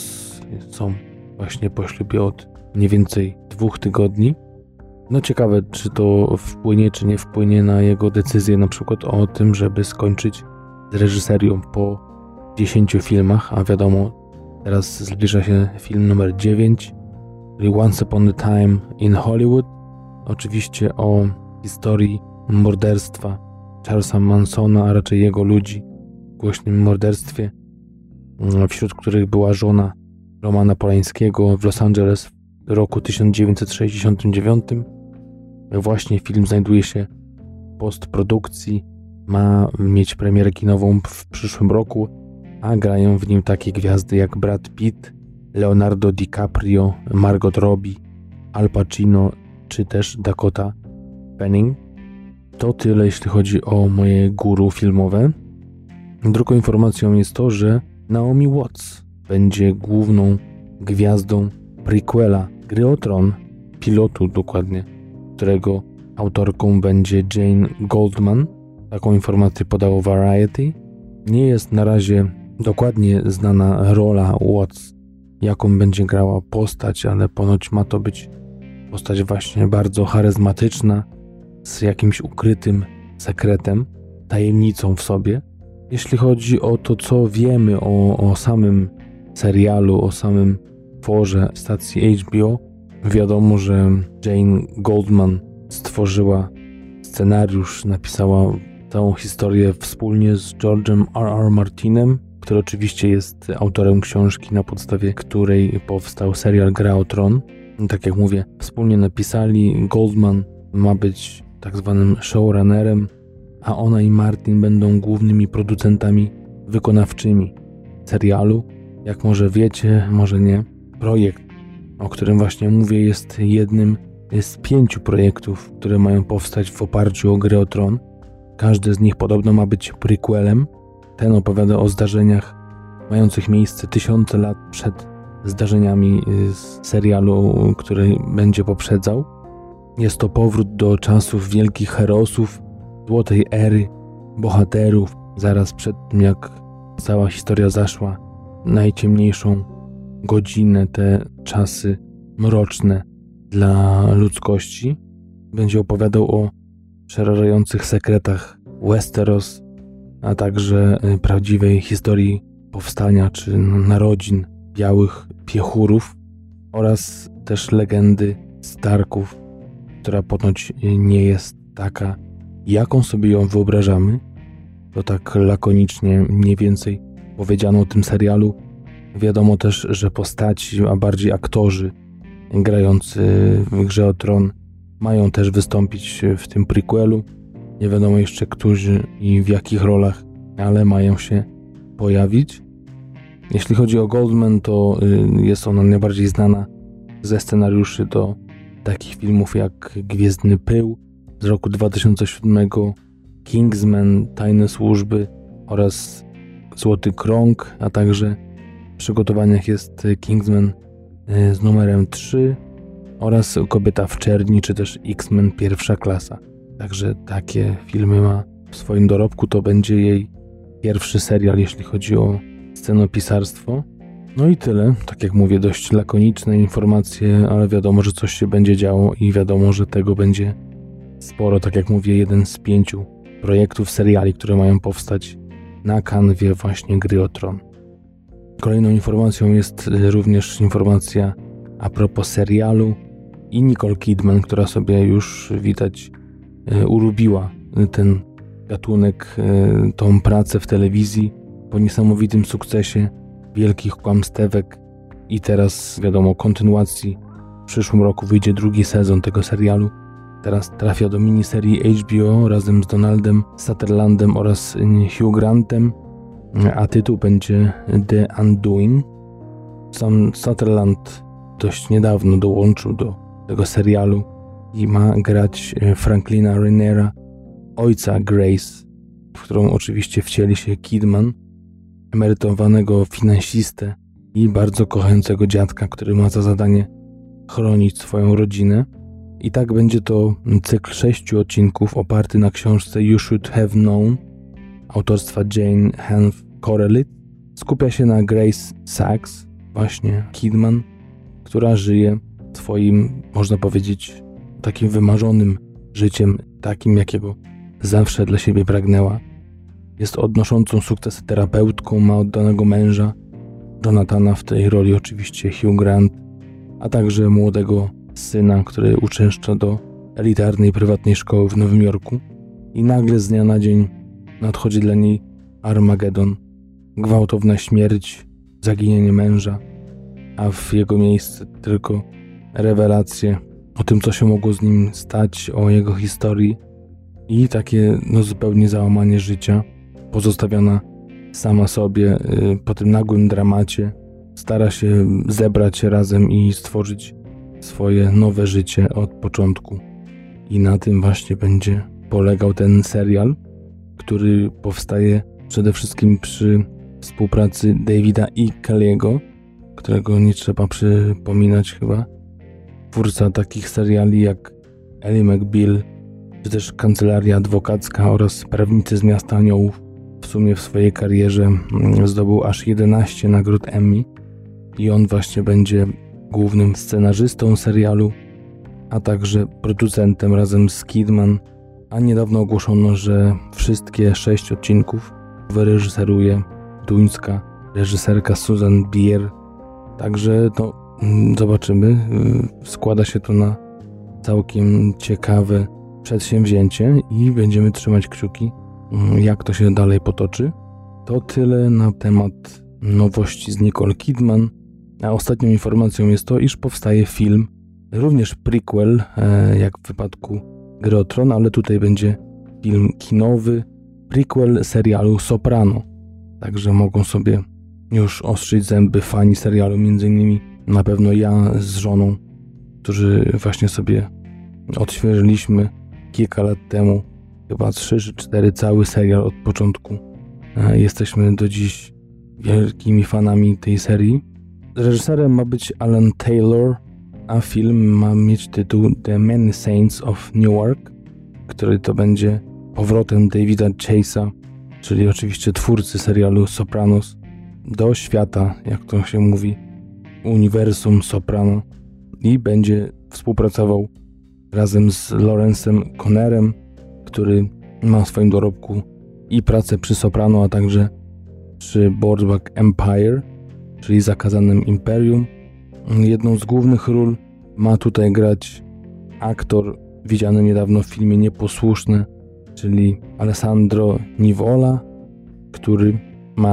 są właśnie po ślubie od mniej więcej dwóch tygodni. No ciekawe, czy to wpłynie, czy nie wpłynie na jego decyzję na przykład o tym, żeby skończyć z reżyserią po dziesięciu filmach, a wiadomo, teraz zbliża się film numer dziewięć, czyli Once Upon a Time in Hollywood. Oczywiście o historii morderstwa Charlesa Mansona, a raczej jego ludzi, głośnym morderstwie, wśród których była żona Romana Polańskiego w Los Angeles w roku tysiąc dziewięćset sześćdziesiątym dziewiątym. Właśnie film znajduje się w postprodukcji, ma mieć premierę kinową w przyszłym roku, a grają w nim takie gwiazdy jak Brad Pitt, Leonardo DiCaprio, Margot Robbie, Al Pacino czy też Dakota Fanning. To tyle, jeśli chodzi o moje guru filmowe. Drugą informacją jest to, że Naomi Watts będzie główną gwiazdą prequela Gry o Tron, pilotu dokładnie, którego autorką będzie Jane Goldman. Taką informację podało Variety. Nie jest na razie dokładnie znana rola Watts, jaką będzie grała postać, ale ponoć ma to być postać właśnie bardzo charyzmatyczna, z jakimś ukrytym sekretem, tajemnicą w sobie. Jeśli chodzi o to, co wiemy o, o samym serialu, o samym tworze stacji H B O, wiadomo, że Jane Goldman stworzyła scenariusz, napisała całą historię wspólnie z George'em R R. Martinem, który oczywiście jest autorem książki, na podstawie której powstał serial Gra o Tron. Tak jak mówię, wspólnie napisali. Goldman ma być tak zwanym showrunnerem, a ona i Martin będą głównymi producentami wykonawczymi serialu. Jak może wiecie, może nie, projekt, o którym właśnie mówię, jest jednym z pięciu projektów, które mają powstać w oparciu o Grę o Tron. Każdy z nich podobno ma być prequelem. Ten opowiada o zdarzeniach mających miejsce tysiące lat przed zdarzeniami z serialu, który będzie poprzedzał. Jest to powrót do czasów wielkich herosów, złotej ery, bohaterów, zaraz przed tym, jak cała historia zaszła najciemniejszą godzinę, te czasy mroczne dla ludzkości. Będzie opowiadał o przerażających sekretach Westeros, a także prawdziwej historii powstania czy narodzin białych piechurów oraz też legendy Starków, która ponoć nie jest taka, jaką sobie ją wyobrażamy. To tak lakonicznie mniej więcej powiedziano o tym serialu. Wiadomo też, że postaci, a bardziej aktorzy grający w Grze o Tron mają też wystąpić w tym prequelu. Nie wiadomo jeszcze którzy i w jakich rolach, ale mają się pojawić. Jeśli chodzi o Goldman, to jest ona najbardziej znana ze scenariuszy do takich filmów jak Gwiezdny Pył z roku dwa tysiące siódmego, Kingsman, Tajne Służby oraz Złoty Krąg, a także w przygotowaniach jest Kingsman z numerem trzy oraz Kobieta w czerni, czy też X-Men Pierwsza Klasa. Także takie filmy ma w swoim dorobku. To będzie jej pierwszy serial, jeśli chodzi o scenopisarstwo. No i tyle. Tak jak mówię, dość lakoniczne informacje, ale wiadomo, że coś się będzie działo i wiadomo, że tego będzie sporo. Tak jak mówię, jeden z pięciu projektów seriali, które mają powstać na kanwie właśnie Gry o Tron. Kolejną informacją jest również informacja a propos serialu i Nicole Kidman, która sobie już widać ulubiła ten gatunek, tą pracę w telewizji po niesamowitym sukcesie Wielkich Kłamstewek i teraz wiadomo kontynuacji. W przyszłym roku wyjdzie drugi sezon tego serialu. Teraz trafia do miniserii H B O razem z Donaldem Sutherlandem oraz Hugh Grantem, a tytuł będzie The Undoing. Sam Sutherland dość niedawno dołączył do tego serialu i ma grać Franklina Rainiera, ojca Grace, w którą oczywiście wcieli się Kidman, emerytowanego finansistę i bardzo kochającego dziadka, który ma za zadanie chronić swoją rodzinę. I tak będzie to cykl sześciu odcinków oparty na książce You Should Have Known autorstwa Jane Hanff Corellit. Skupia się na Grace Sachs, właśnie Kidman, która żyje swoim, można powiedzieć, takim wymarzonym życiem, takim jakiego zawsze dla siebie pragnęła. Jest odnoszącą sukces terapeutką, ma oddanego męża, Jonathana, w tej roli oczywiście Hugh Grant, a także młodego syna, który uczęszcza do elitarnej prywatnej szkoły w Nowym Jorku i nagle z dnia na dzień nadchodzi dla niej Armagedon, gwałtowna śmierć, zaginienie męża, a w jego miejsce tylko rewelacje o tym, co się mogło z nim stać, o jego historii i takie no, zupełnie załamanie życia. Pozostawiona sama sobie y, po tym nagłym dramacie stara się zebrać razem i stworzyć swoje nowe życie od początku. I na tym właśnie będzie polegał ten serial, który powstaje przede wszystkim przy współpracy Davida E. Kelly'ego, którego nie trzeba przypominać chyba. Twórca takich seriali jak Ally McBeal, czy też Kancelaria Adwokacka oraz Prawnicy z Miasta Aniołów. W sumie w swojej karierze zdobył aż jedenaście nagród Emmy i on właśnie będzie głównym scenarzystą serialu, a także producentem razem z Kidman, a niedawno ogłoszono, że wszystkie sześć odcinków wyreżyseruje duńska reżyserka Susan Bier. Także no, zobaczymy. Składa się to na całkiem ciekawe przedsięwzięcie i będziemy trzymać kciuki, jak to się dalej potoczy. To tyle na temat nowości z Nicole Kidman. A ostatnią informacją jest to, iż powstaje film, również prequel, jak w wypadku Gry o Tron, ale tutaj będzie film kinowy, prequel serialu Soprano. Także mogą sobie już ostrzyć zęby fani serialu, między innymi na pewno ja z żoną, którzy właśnie sobie odświeżyliśmy kilka lat temu, chyba trzy czy cztery, cały serial od początku. Jesteśmy do dziś wielkimi fanami tej serii. Reżyserem ma być Alan Taylor, a film ma mieć tytuł The Many Saints of Newark, który to będzie powrotem Davida Chase'a, czyli oczywiście twórcy serialu Sopranos, do świata, jak to się mówi, uniwersum Soprano, i będzie współpracował razem z Lawrence'em Connerem, który ma w swoim dorobku i pracę przy Soprano, a także przy Boardwalk Empire, czyli Zakazanym Imperium. Jedną z głównych ról ma tutaj grać aktor widziany niedawno w filmie Nieposłuszny, czyli Alessandro Nivola, który ma w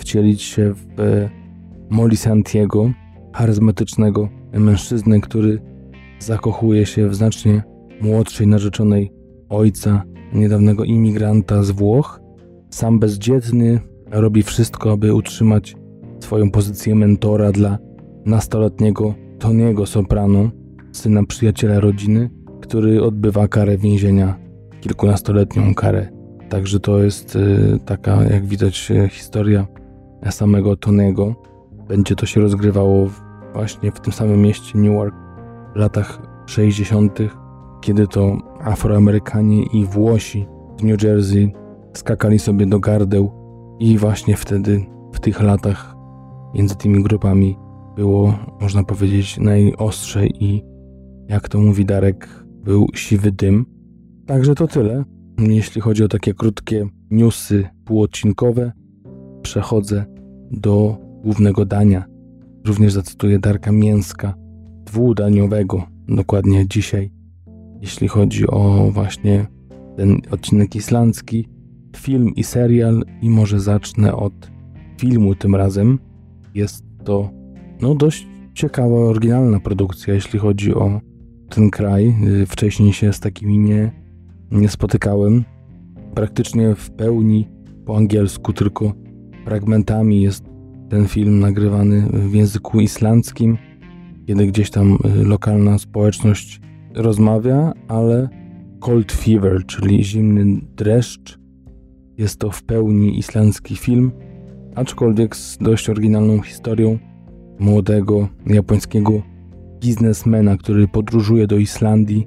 wcielić się w Molly Santiego, charyzmatycznego mężczyznę, który zakochuje się w znacznie młodszej narzeczonej ojca, niedawnego imigranta z Włoch. Sam bezdzietny robi wszystko, aby utrzymać swoją pozycję mentora dla nastoletniego Tony'ego Soprano, syna przyjaciela rodziny, który odbywa karę więzienia, kilkunastoletnią karę. Także to jest y, taka, jak widać, historia samego Tony'ego. Będzie to się rozgrywało w, właśnie w tym samym mieście Newark w latach sześćdziesiątych, kiedy to Afroamerykanie i Włosi z New Jersey skakali sobie do gardeł i właśnie wtedy, w tych latach między tymi grupami było, można powiedzieć, najostrzej i, jak to mówi Darek, był siwy dym. Także to tyle. Jeśli chodzi o takie krótkie newsy półodcinkowe, przechodzę do głównego dania. Również zacytuję Darka Mięska, dwudaniowego, dokładnie dzisiaj, jeśli chodzi o właśnie ten odcinek islandzki, film i serial, i może zacznę od filmu tym razem. Jest to no dość ciekawa, oryginalna produkcja, jeśli chodzi o ten kraj. Wcześniej się z takimi nie, nie spotykałem. Praktycznie w pełni po angielsku, tylko fragmentami jest ten film nagrywany w języku islandzkim, kiedy gdzieś tam lokalna społeczność rozmawia, ale Cold Fever, czyli zimny dreszcz, jest to w pełni islandzki film, aczkolwiek z dość oryginalną historią młodego japońskiego biznesmena, który podróżuje do Islandii,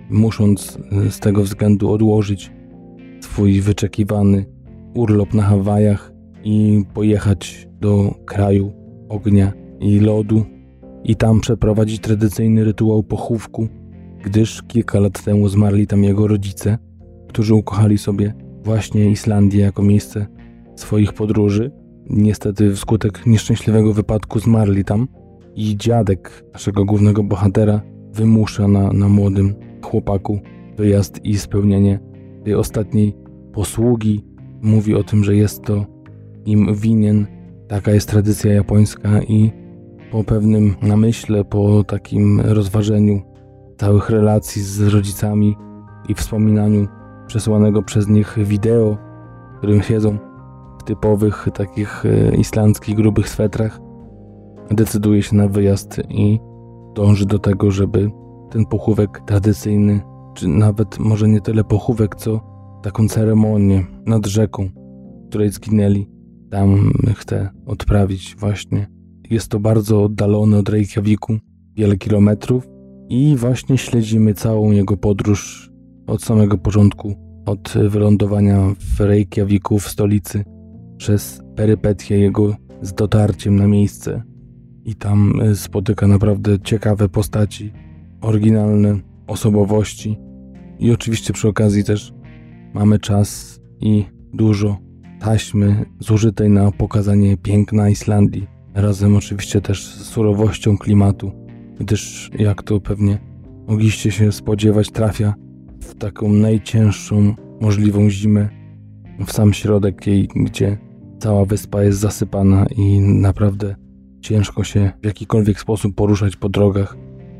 musząc z tego względu odłożyć swój wyczekiwany urlop na Hawajach i pojechać do kraju ognia i lodu i tam przeprowadzić tradycyjny rytuał pochówku, gdyż kilka lat temu zmarli tam jego rodzice, którzy ukochali sobie właśnie Islandię jako miejsce swoich podróży. Niestety wskutek nieszczęśliwego wypadku zmarli tam i dziadek naszego głównego bohatera wymusza na, na młodym chłopaku wyjazd i spełnienie tej ostatniej posługi. Mówi o tym, że jest to im winien. Taka jest tradycja japońska i po pewnym namyśle, po takim rozważeniu całych relacji z rodzicami i wspominaniu przesłanego przez nich wideo, w którym siedzą w typowych takich islandzkich grubych swetrach, decyduje się na wyjazd i dąży do tego, żeby ten pochówek tradycyjny, czy nawet może nie tyle pochówek, co taką ceremonię nad rzeką, w której zginęli, tam chce odprawić właśnie. Jest to bardzo oddalone od Reykjaviku, wiele kilometrów i właśnie śledzimy całą jego podróż od samego początku, od wylądowania w Reykjaviku, w stolicy, przez perypetie jego z dotarciem na miejsce i tam spotyka naprawdę ciekawe postaci, oryginalne osobowości i oczywiście przy okazji też mamy czas i dużo taśmy zużytej na pokazanie piękna Islandii, razem oczywiście też z surowością klimatu, gdyż jak to pewnie mogliście się spodziewać, trafia w taką najcięższą możliwą zimę, w sam środek jej, gdzie cała wyspa jest zasypana i naprawdę ciężko się w jakikolwiek sposób poruszać po drogach,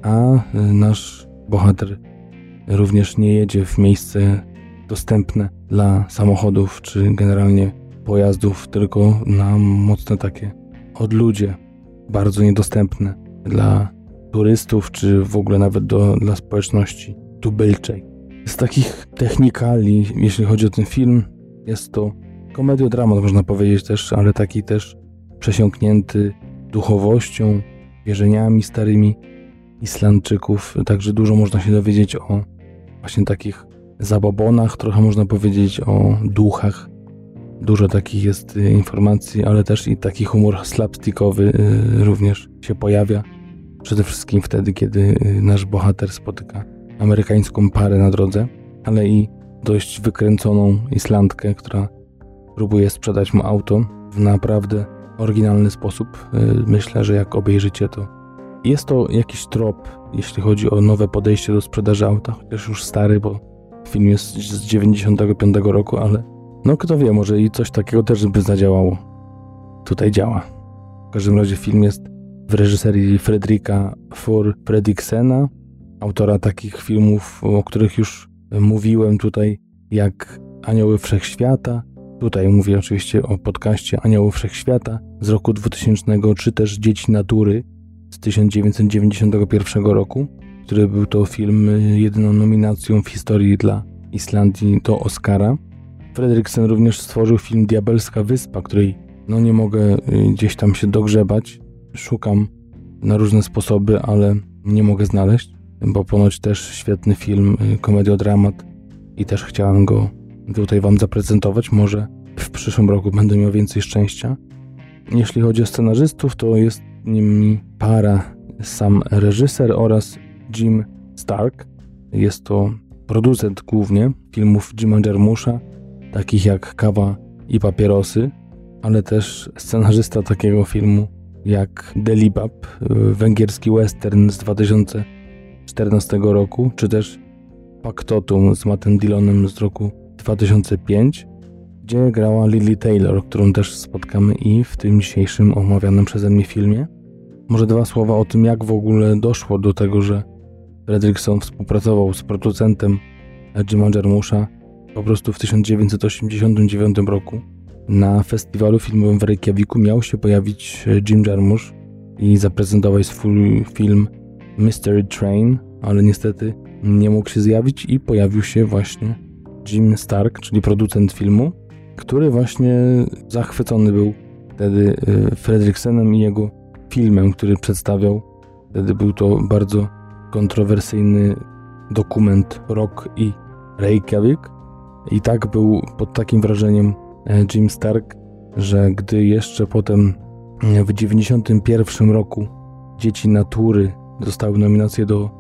a nasz bohater również nie jedzie w miejsce dostępne dla samochodów czy generalnie pojazdów, tylko na mocne takie odludzie, bardzo niedostępne dla turystów czy w ogóle nawet do, dla społeczności tubylczej. Z takich technikali, jeśli chodzi o ten film, jest to komediodramat, można powiedzieć też, ale taki też przesiąknięty duchowością, wierzeniami starymi Islandczyków, także dużo można się dowiedzieć o właśnie takich zabobonach, trochę można powiedzieć o duchach. Dużo takich jest informacji, ale też i taki humor slapstickowy również się pojawia. Przede wszystkim wtedy, kiedy nasz bohater spotyka amerykańską parę na drodze, ale i dość wykręconą Islandkę, która próbuje sprzedać mu auto w naprawdę oryginalny sposób. Myślę, że jak obejrzycie, to jest to jakiś trop, jeśli chodzi o nowe podejście do sprzedaży auta, chociaż już stary, bo film jest z dziewięćdziesiątego piątego roku, ale no kto wie, może i coś takiego też by zadziałało. tutaj działa. W każdym razie film jest w reżyserii Fredrika Fur Fredriksena, autora takich filmów, o których już mówiłem tutaj, jak Anioły Wszechświata. Tutaj mówię oczywiście o podcaście Anioły Wszechświata z roku dwutysięcznego, czy też Dzieci Natury z tysiąc dziewięćset dziewięćdziesiątego pierwszego roku, który był to film jedyną nominacją w historii dla Islandii do Oscara. Fredriksen również stworzył film Diabelska Wyspa, której no nie mogę gdzieś tam się dogrzebać. Szukam na różne sposoby, ale nie mogę znaleźć, bo ponoć też świetny film, komediodramat i też chciałem go tutaj wam zaprezentować. Może w przyszłym roku będę miał więcej szczęścia. Jeśli chodzi o scenarzystów, to jest nimi para, sam reżyser oraz Jim Stark. Jest to producent głównie filmów Jima Jarmusza, takich jak Kawa i Papierosy, ale też scenarzysta takiego filmu jak Delibab, węgierski western z dwa tysiące czternastego roku, czy też Paktotum z Mattem Dillonem z roku dwa tysiące piątego, gdzie grała Lili Taylor, którą też spotkamy i w tym dzisiejszym omawianym przeze mnie filmie. Może dwa słowa o tym, jak w ogóle doszło do tego, że Fredriksson współpracował z producentem Jima Jarmusza po prostu w tysiąc dziewięćset osiemdziesiątym dziewiątym roku. Na festiwalu filmowym w Reykjaviku miał się pojawić Jim Jarmusch i zaprezentować swój film Mystery Train, ale niestety nie mógł się zjawić i pojawił się właśnie Jim Stark, czyli producent filmu, który właśnie zachwycony był wtedy Fredriksenem i jego filmem, który przedstawiał. Wtedy był to bardzo kontrowersyjny dokument Rock i Reykjavik. I tak był pod takim wrażeniem Jim Stark, że gdy jeszcze potem w dziewięćdziesiątym pierwszym roku Dzieci Natury dostały nominację do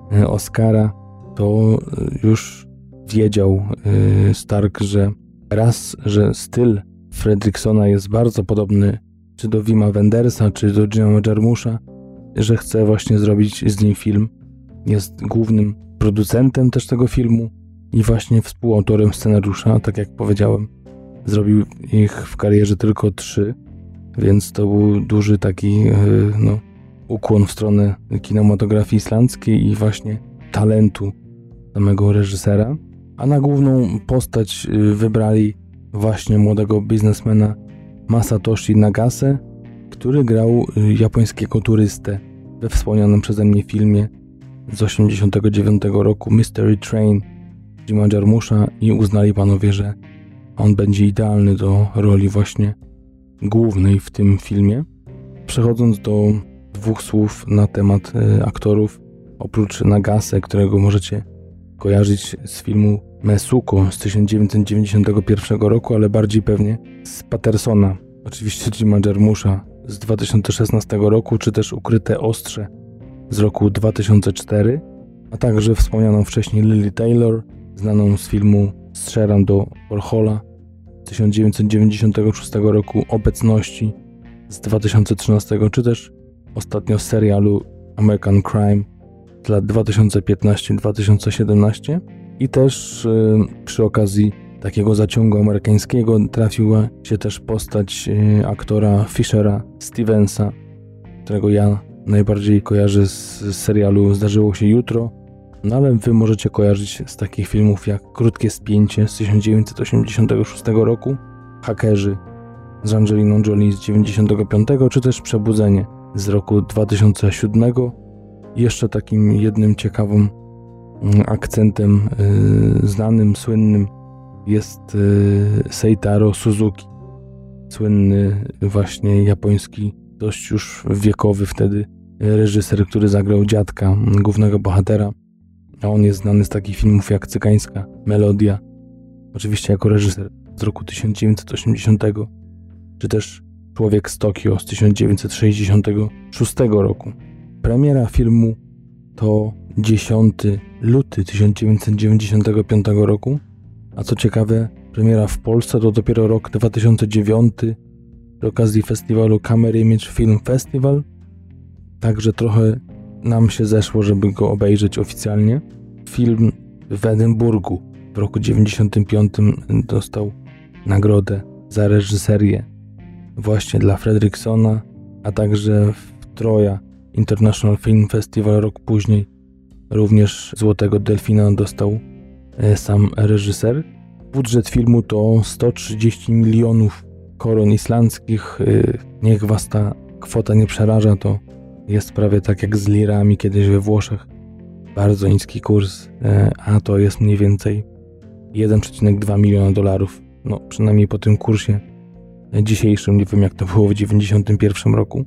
Oscara, to już wiedział Stark, że raz, że styl Fredriksona jest bardzo podobny czy do Wima Wendersa, czy do Jima Jarmusza, że chce właśnie zrobić z nim film. Jest głównym producentem też tego filmu i właśnie współautorem scenariusza. Tak jak powiedziałem, zrobił ich w karierze tylko trzy, więc to był duży taki no, ukłon w stronę kinematografii islandzkiej i właśnie talentu samego reżysera. A na główną postać wybrali właśnie młodego biznesmena Masatoshi Nagase, który grał japońskiego turystę we wspomnianym przeze mnie filmie z osiemdziesiątego dziewiątego roku Mystery Train Jima Jarmusza i uznali panowie, że on będzie idealny do roli właśnie głównej w tym filmie. Przechodząc do dwóch słów na temat y, aktorów, oprócz Nagase, którego możecie kojarzyć z filmu Mesuko z tysiąc dziewięćset dziewięćdziesiątego pierwszego roku, ale bardziej pewnie z Pattersona, oczywiście Jima Jarmusza z dwa tysiące szesnastego roku, czy też Ukryte Ostrze z roku dwa tysiące czwartego, a także wspomnianą wcześniej Lili Taylor, znaną z filmu Strzelam do Warhola z tysiąc dziewięćset dziewięćdziesiątego szóstego roku, Obecności z dwa tysiące trzynastego, czy też ostatnio z serialu American Crime z lat dwa tysiące piętnastego do dwa tysiące siedemnastego. I też yy, przy okazji takiego zaciągu amerykańskiego trafiła się też postać yy, aktora Fishera Stevensa, którego ja najbardziej kojarzę z, z serialu Zdarzyło się jutro, no ale wy możecie kojarzyć z takich filmów jak Krótkie spięcie z tysiąc dziewięćset osiemdziesiątego szóstego roku, Hakerzy z Angeliną Jolie z dziewięćdziesiątego piątego, czy też Przebudzenie z roku dwa tysiące siódmego. Jeszcze takim jednym ciekawym akcentem yy, znanym, słynnym jest yy, Seitaro Suzuki. Słynny właśnie japoński, dość już wiekowy wtedy reżyser, który zagrał dziadka głównego bohatera. A on jest znany z takich filmów jak Cygańska Melodia, oczywiście jako reżyser z roku tysiąc dziewięćset osiemdziesiątego, czy też Człowiek z Tokio z tysiąc dziewięćset sześćdziesiątego szóstego roku. Premiera filmu to dziesiątego lutego tysiąc dziewięćset dziewięćdziesiątego piątego roku, a co ciekawe, premiera w Polsce to dopiero rok dwa tysiące dziewiąty przy okazji festiwalu Camera Image Film Festival, także trochę nam się zeszło, żeby go obejrzeć oficjalnie. Film w Edynburgu w roku dziewięćdziesiątym piątym dostał nagrodę za reżyserię właśnie dla Fredricksona, a także w Troja International Film Festival rok później również Złotego Delfina dostał sam reżyser. Budżet filmu to sto trzydzieści milionów koron islandzkich. Niech was ta kwota nie przeraża, to jest prawie tak jak z lirami kiedyś we Włoszech. Bardzo niski kurs, a to jest mniej więcej jeden przecinek dwa miliona dolarów. No przynajmniej po tym kursie dzisiejszym, nie wiem jak to było w dziewięćdziesiątym pierwszym roku.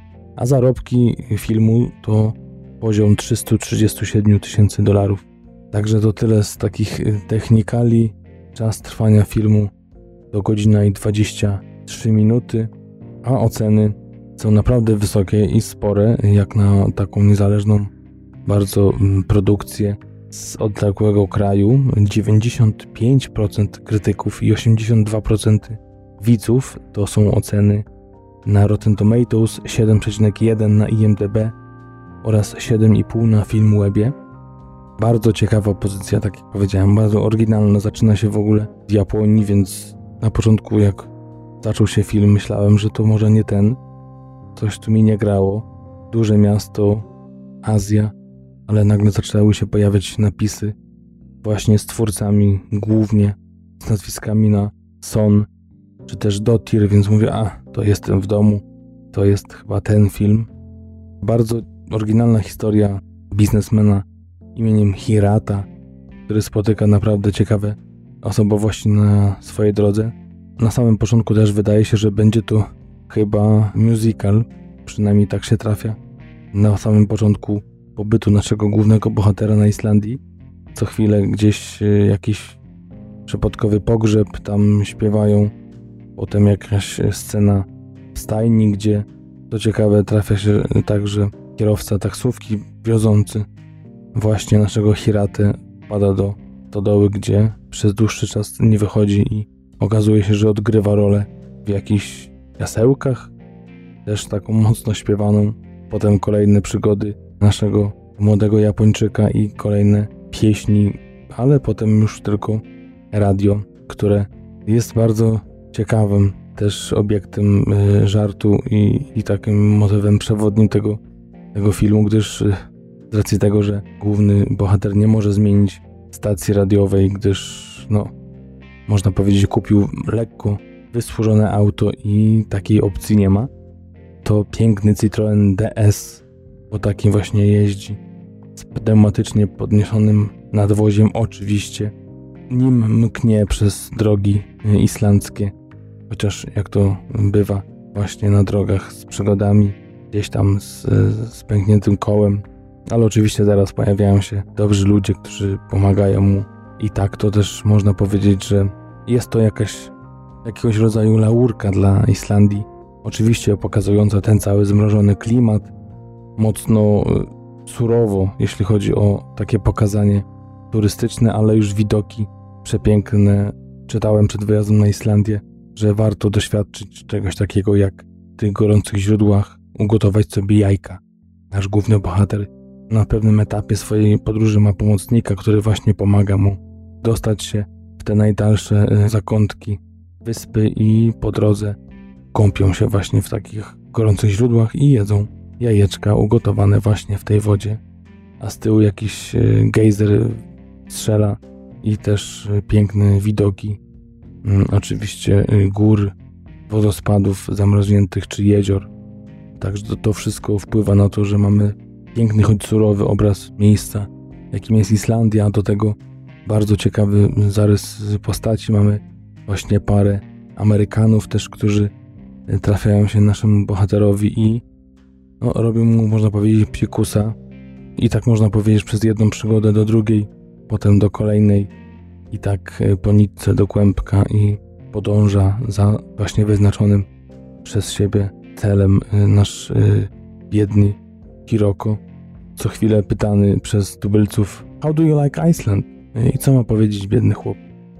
A zarobki filmu to poziom trzysta trzydzieści siedem tysięcy dolarów. Także to tyle z takich technikali. Czas trwania filmu to godzina i dwadzieścia trzy minuty, a oceny są naprawdę wysokie i spore, jak na taką niezależną bardzo produkcję z odległego kraju. dziewięćdziesiąt pięć procent krytyków i osiemdziesiąt dwa procent widzów to są oceny na Rotten Tomatoes, siedem przecinek jeden na I M D B oraz siedem i pół na Filmwebie. Bardzo ciekawa pozycja, tak jak powiedziałem, bardzo oryginalna. Zaczyna się w ogóle w Japonii, więc na początku jak zaczął się film, myślałem, że to może nie ten. Coś tu mi nie grało. Duże miasto, Azja, ale nagle zaczęły się pojawiać napisy właśnie z twórcami, głównie z nazwiskami na Son, czy też Dotir, więc mówię, a, to jestem w domu, to jest chyba ten film. Bardzo oryginalna historia biznesmena imieniem Hirata, który spotyka naprawdę ciekawe osobowości na swojej drodze. Na samym początku też wydaje się, że będzie to chyba musical, przynajmniej tak się trafia. Na samym początku pobytu naszego głównego bohatera na Islandii. Co chwilę gdzieś jakiś przypadkowy pogrzeb, tam śpiewają. Potem jakaś scena w stajni, gdzie to ciekawe trafia się także kierowca taksówki wiozący właśnie naszego Hiratę pada do stodoły, gdzie przez dłuższy czas nie wychodzi i okazuje się, że odgrywa rolę w jakichś jasełkach, też taką mocno śpiewaną. Potem kolejne przygody naszego młodego Japończyka i kolejne pieśni, ale potem już tylko radio, które jest bardzo ciekawym też obiektem y, żartu i, i takim motywem przewodnim tego, tego filmu, gdyż y, z racji tego, że główny bohater nie może zmienić stacji radiowej, gdyż no, można powiedzieć, kupił lekko wysłużone auto i takiej opcji nie ma, to piękny Citroen D S po takim właśnie jeździ z pneumatycznie podniesionym nadwoziem oczywiście, nim mknie przez drogi islandzkie, chociaż jak to bywa właśnie na drogach z przygodami, gdzieś tam z, z pękniętym kołem, ale oczywiście zaraz pojawiają się dobrzy ludzie, którzy pomagają mu i tak to też można powiedzieć, że jest to jakaś jakiegoś rodzaju laurka dla Islandii, oczywiście pokazująca ten cały zmrożony klimat, mocno surowo, jeśli chodzi o takie pokazanie turystyczne, ale już widoki przepiękne. Czytałem przed wyjazdem na Islandię, że warto doświadczyć czegoś takiego jak w tych gorących źródłach ugotować sobie jajka. Nasz główny bohater na pewnym etapie swojej podróży ma pomocnika, który właśnie pomaga mu dostać się w te najdalsze zakątki wyspy i po drodze kąpią się właśnie w takich gorących źródłach i jedzą jajeczka ugotowane właśnie w tej wodzie, a z tyłu jakiś gejzer strzela i też piękne widoki, oczywiście gór, wodospadów zamroźniętych czy jezior. Także to, to wszystko wpływa na to, że mamy piękny, choć surowy obraz miejsca, jakim jest Islandia, a do tego bardzo ciekawy zarys postaci. Mamy właśnie parę Amerykanów też, którzy trafiają się naszemu bohaterowi i no, robią mu, można powiedzieć, psikusa. I tak można powiedzieć przez jedną przygodę do drugiej, potem do kolejnej i tak po nitce do kłębka i podąża za właśnie wyznaczonym przez siebie celem nasz y, biedny Hiroko. Co chwilę pytany przez tubylców: "How do you like Iceland?" I co ma powiedzieć biedny chłop,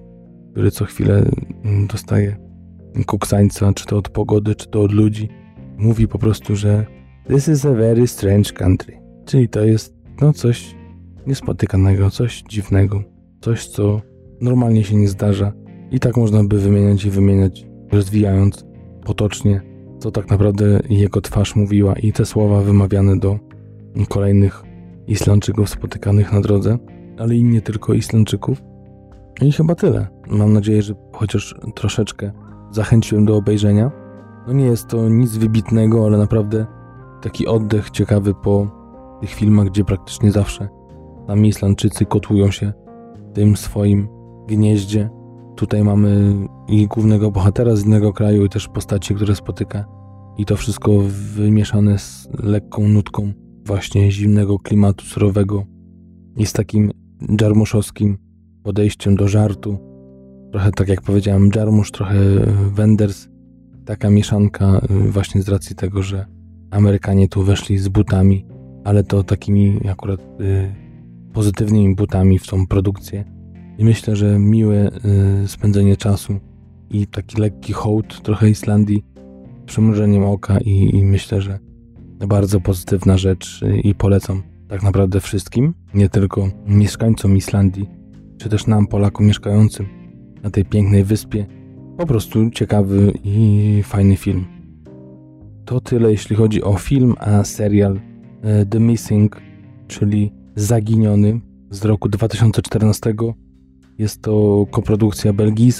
który co chwilę dostaje kuksańca, czy to od pogody, czy to od ludzi. Mówi po prostu, że "This is a very strange country", czyli to jest no coś niespotykanego, coś dziwnego, coś co normalnie się nie zdarza. I tak można by wymieniać i wymieniać, rozwijając potocznie, co tak naprawdę jego twarz mówiła i te słowa wymawiane do kolejnych Islandczyków spotykanych na drodze, ale i nie tylko Islandczyków. I chyba tyle. Mam nadzieję, że chociaż troszeczkę zachęciłem do obejrzenia. No nie jest to nic wybitnego, ale naprawdę taki oddech ciekawy po tych filmach, gdzie praktycznie zawsze sami Islandczycy kotłują się w tym swoim gnieździe. Tutaj mamy i głównego bohatera z innego kraju, i też postaci, które spotyka. I to wszystko wymieszane z lekką nutką właśnie zimnego klimatu surowego i z takim dżarmuszowskim podejściem do żartu. Trochę tak jak powiedziałem, Dżarmusz, trochę Wenders. Taka mieszanka właśnie z racji tego, że Amerykanie tu weszli z butami, ale to takimi akurat y, pozytywnymi butami w tą produkcję. I myślę, że miłe y, spędzenie czasu i taki lekki hołd trochę Islandii przymrużeniem oka i, i myślę, że bardzo pozytywna rzecz y, i polecam tak naprawdę wszystkim, nie tylko mieszkańcom Islandii, czy też nam, Polakom mieszkającym na tej pięknej wyspie. Po prostu ciekawy i fajny film. To tyle jeśli chodzi o film, a serial The Missing, czyli Zaginiony z roku dwa tysiące czternastego. Jest to koprodukcja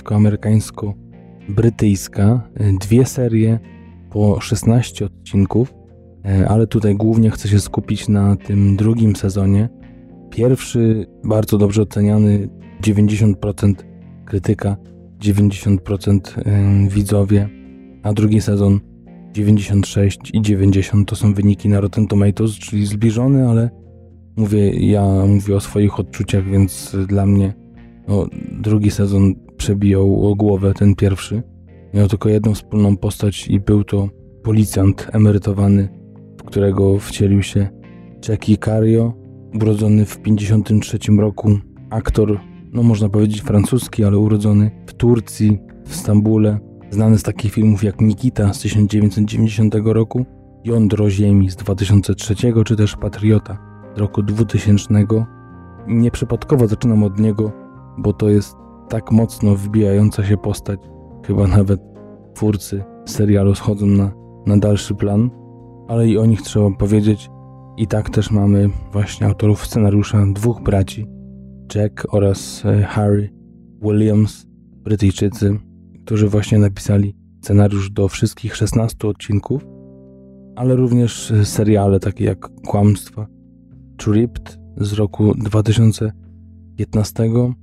belgijsko-amerykańsko-brytyjska. Dwie serie po szesnaście odcinków, ale tutaj głównie chcę się skupić na tym drugim sezonie. Pierwszy bardzo dobrze oceniany, dziewięćdziesiąt procent krytyka, dziewięćdziesiąt procent widzowie, a drugi sezon dziewięćdziesiąt sześć i dziewięćdziesiąt to są wyniki na Rotten Tomatoes, czyli zbliżone, ale mówię, ja mówię o swoich odczuciach, więc dla mnie no, drugi sezon przebijał o głowę ten pierwszy. Miał tylko jedną wspólną postać i był to policjant emerytowany, w którego wcielił się Jackie Cario, urodzony w pięćdziesiątym trzecim roku, aktor, no można powiedzieć francuski, ale urodzony w Turcji, w Stambule, znany z takich filmów jak Nikita z tysiąc dziewięćset dziewięćdziesiątego roku, Jądro Ziemi z dwa tysiące trzeciego, czy też Patriota z roku dwutysięcznego. Nieprzypadkowo zaczynam od niego, bo to jest tak mocno wbijająca się postać, chyba nawet twórcy serialu schodzą na, na dalszy plan, ale i o nich trzeba powiedzieć. I tak też mamy właśnie autorów scenariusza, dwóch braci, Jack oraz Harry Williams, Brytyjczycy, którzy właśnie napisali scenariusz do wszystkich szesnastu odcinków, ale również seriale takie jak Kłamstwa, Tripped z roku dwa tysiące piętnastego.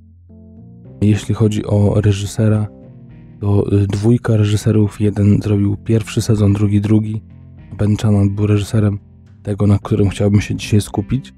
Jeśli chodzi o reżysera, to dwójka reżyserów, jeden zrobił pierwszy sezon, drugi drugi. Ben Cannon był reżyserem tego, na którym chciałbym się dzisiaj skupić.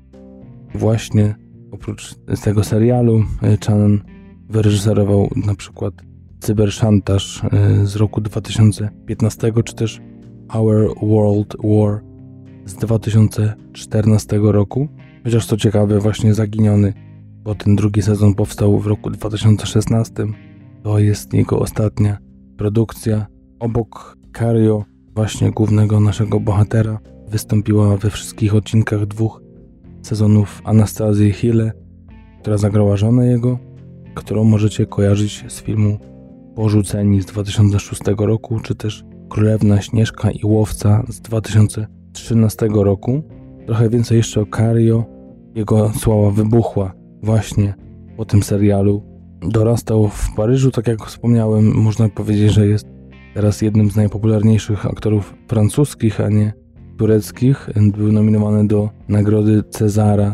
Właśnie oprócz tego serialu Cannon wyreżyserował na przykład Cyberszantaż z roku dwa tysiące piętnastego, czy też Our World War z dwa tysiące czternastego roku. Chociaż to ciekawe, właśnie Zaginiony, bo ten drugi sezon powstał w roku dwa tysiące szesnastym. To jest jego ostatnia produkcja. Obok Cario, właśnie głównego naszego bohatera, wystąpiła we wszystkich odcinkach dwóch sezonów Anastazji Hille, która zagrała żonę jego, którą możecie kojarzyć z filmu Porzuceni z dwa tysiące szóstego roku, czy też Królewna Śnieżka i Łowca z dwa tysiące trzynastego roku. Trochę więcej jeszcze o Cario. Jego sława wybuchła właśnie po tym serialu. Dorastał w Paryżu, tak jak wspomniałem. Można powiedzieć, że jest teraz jednym z najpopularniejszych aktorów francuskich, a nie tureckich. Był nominowany do nagrody Cezara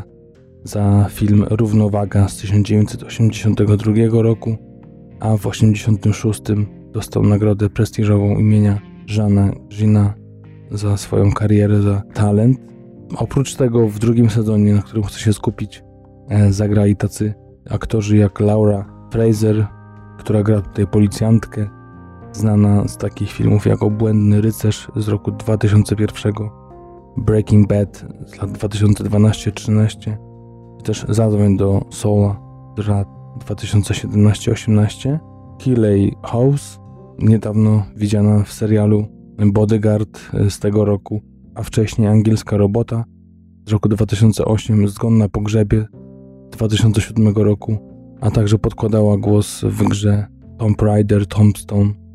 za film Równowaga z tysiąc dziewięćset osiemdziesiątego drugiego roku, a w osiemdziesiątym szóstym dostał nagrodę prestiżową imienia Jeana Gina za swoją karierę, za talent. Oprócz tego w drugim sezonie, na którym chcę się skupić, zagrali tacy aktorzy jak Laura Fraser, która gra tutaj policjantkę, znana z takich filmów jak Obłędny Rycerz z roku dwa tysiące pierwszego, Breaking Bad z lat dwa tysiące dwanaście trzynaście, czy też Zadzwoń do Soula z lat dwa tysiące siedemnaście osiemnaście, Keeley House, niedawno widziana w serialu Bodyguard z tego roku, a wcześniej Angielska Robota z roku dwa tysiące ósmego, Zgon na pogrzebie dwa tysiące siódmego roku, a także podkładała głos w grze Tomb Raider Tombstone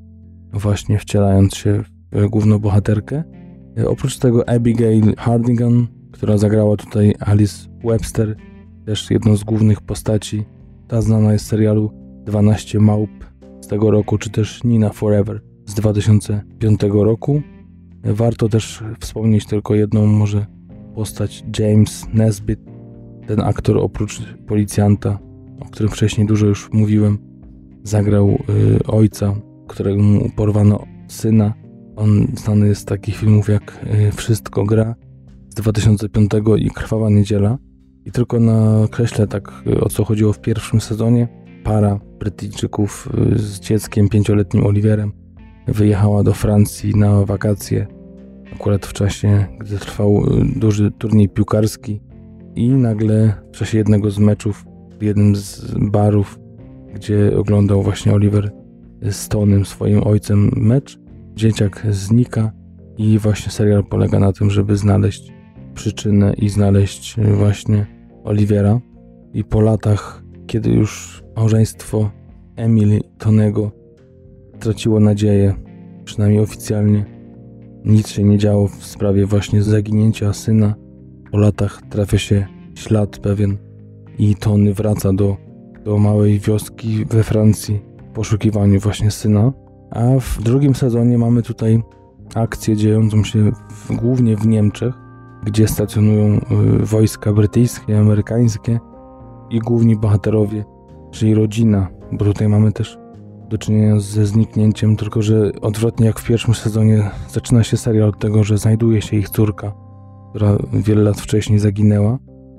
właśnie wcielając się w główną bohaterkę. Oprócz tego Abigail Hardigan, która zagrała tutaj Alice Webster, też jedną z głównych postaci. Ta znana jest z serialu dwanaście małp z tego roku, czy też Nina Forever z dwa tysiące piątego roku. Warto też wspomnieć tylko jedną może postać, James Nesbitt. Ten aktor oprócz policjanta, o którym wcześniej dużo już mówiłem, zagrał y, ojca, którego mu porwano syna. On znany jest z takich filmów jak y, Wszystko gra z dwa tysiące piątego i Krwawa niedziela. I tylko nakreślę tak, y, o co chodziło w pierwszym sezonie. Para Brytyjczyków y, z dzieckiem pięcioletnim Oliverem wyjechała do Francji na wakacje, akurat w czasie, gdy trwał y, duży turniej piłkarski, i nagle w czasie jednego z meczów w jednym z barów, gdzie oglądał właśnie Oliver z Tonym, swoim ojcem, mecz, dzieciak znika i właśnie serial polega na tym, żeby znaleźć przyczynę i znaleźć właśnie Olivera. I po latach, kiedy już małżeństwo Emily i Tonego traciło nadzieję, przynajmniej oficjalnie, nic się nie działo w sprawie właśnie zaginięcia syna. Po latach trafia się ślad pewien i Tony wraca do, do małej wioski we Francji w poszukiwaniu właśnie syna. A w drugim sezonie mamy tutaj akcję dziejącą się w, głównie w Niemczech, gdzie stacjonują y, wojska brytyjskie, amerykańskie i główni bohaterowie, czyli rodzina, bo tutaj mamy też do czynienia ze zniknięciem, tylko że odwrotnie jak w pierwszym sezonie zaczyna się serial od tego, że znajduje się ich córka, która wiele lat wcześniej zaginęła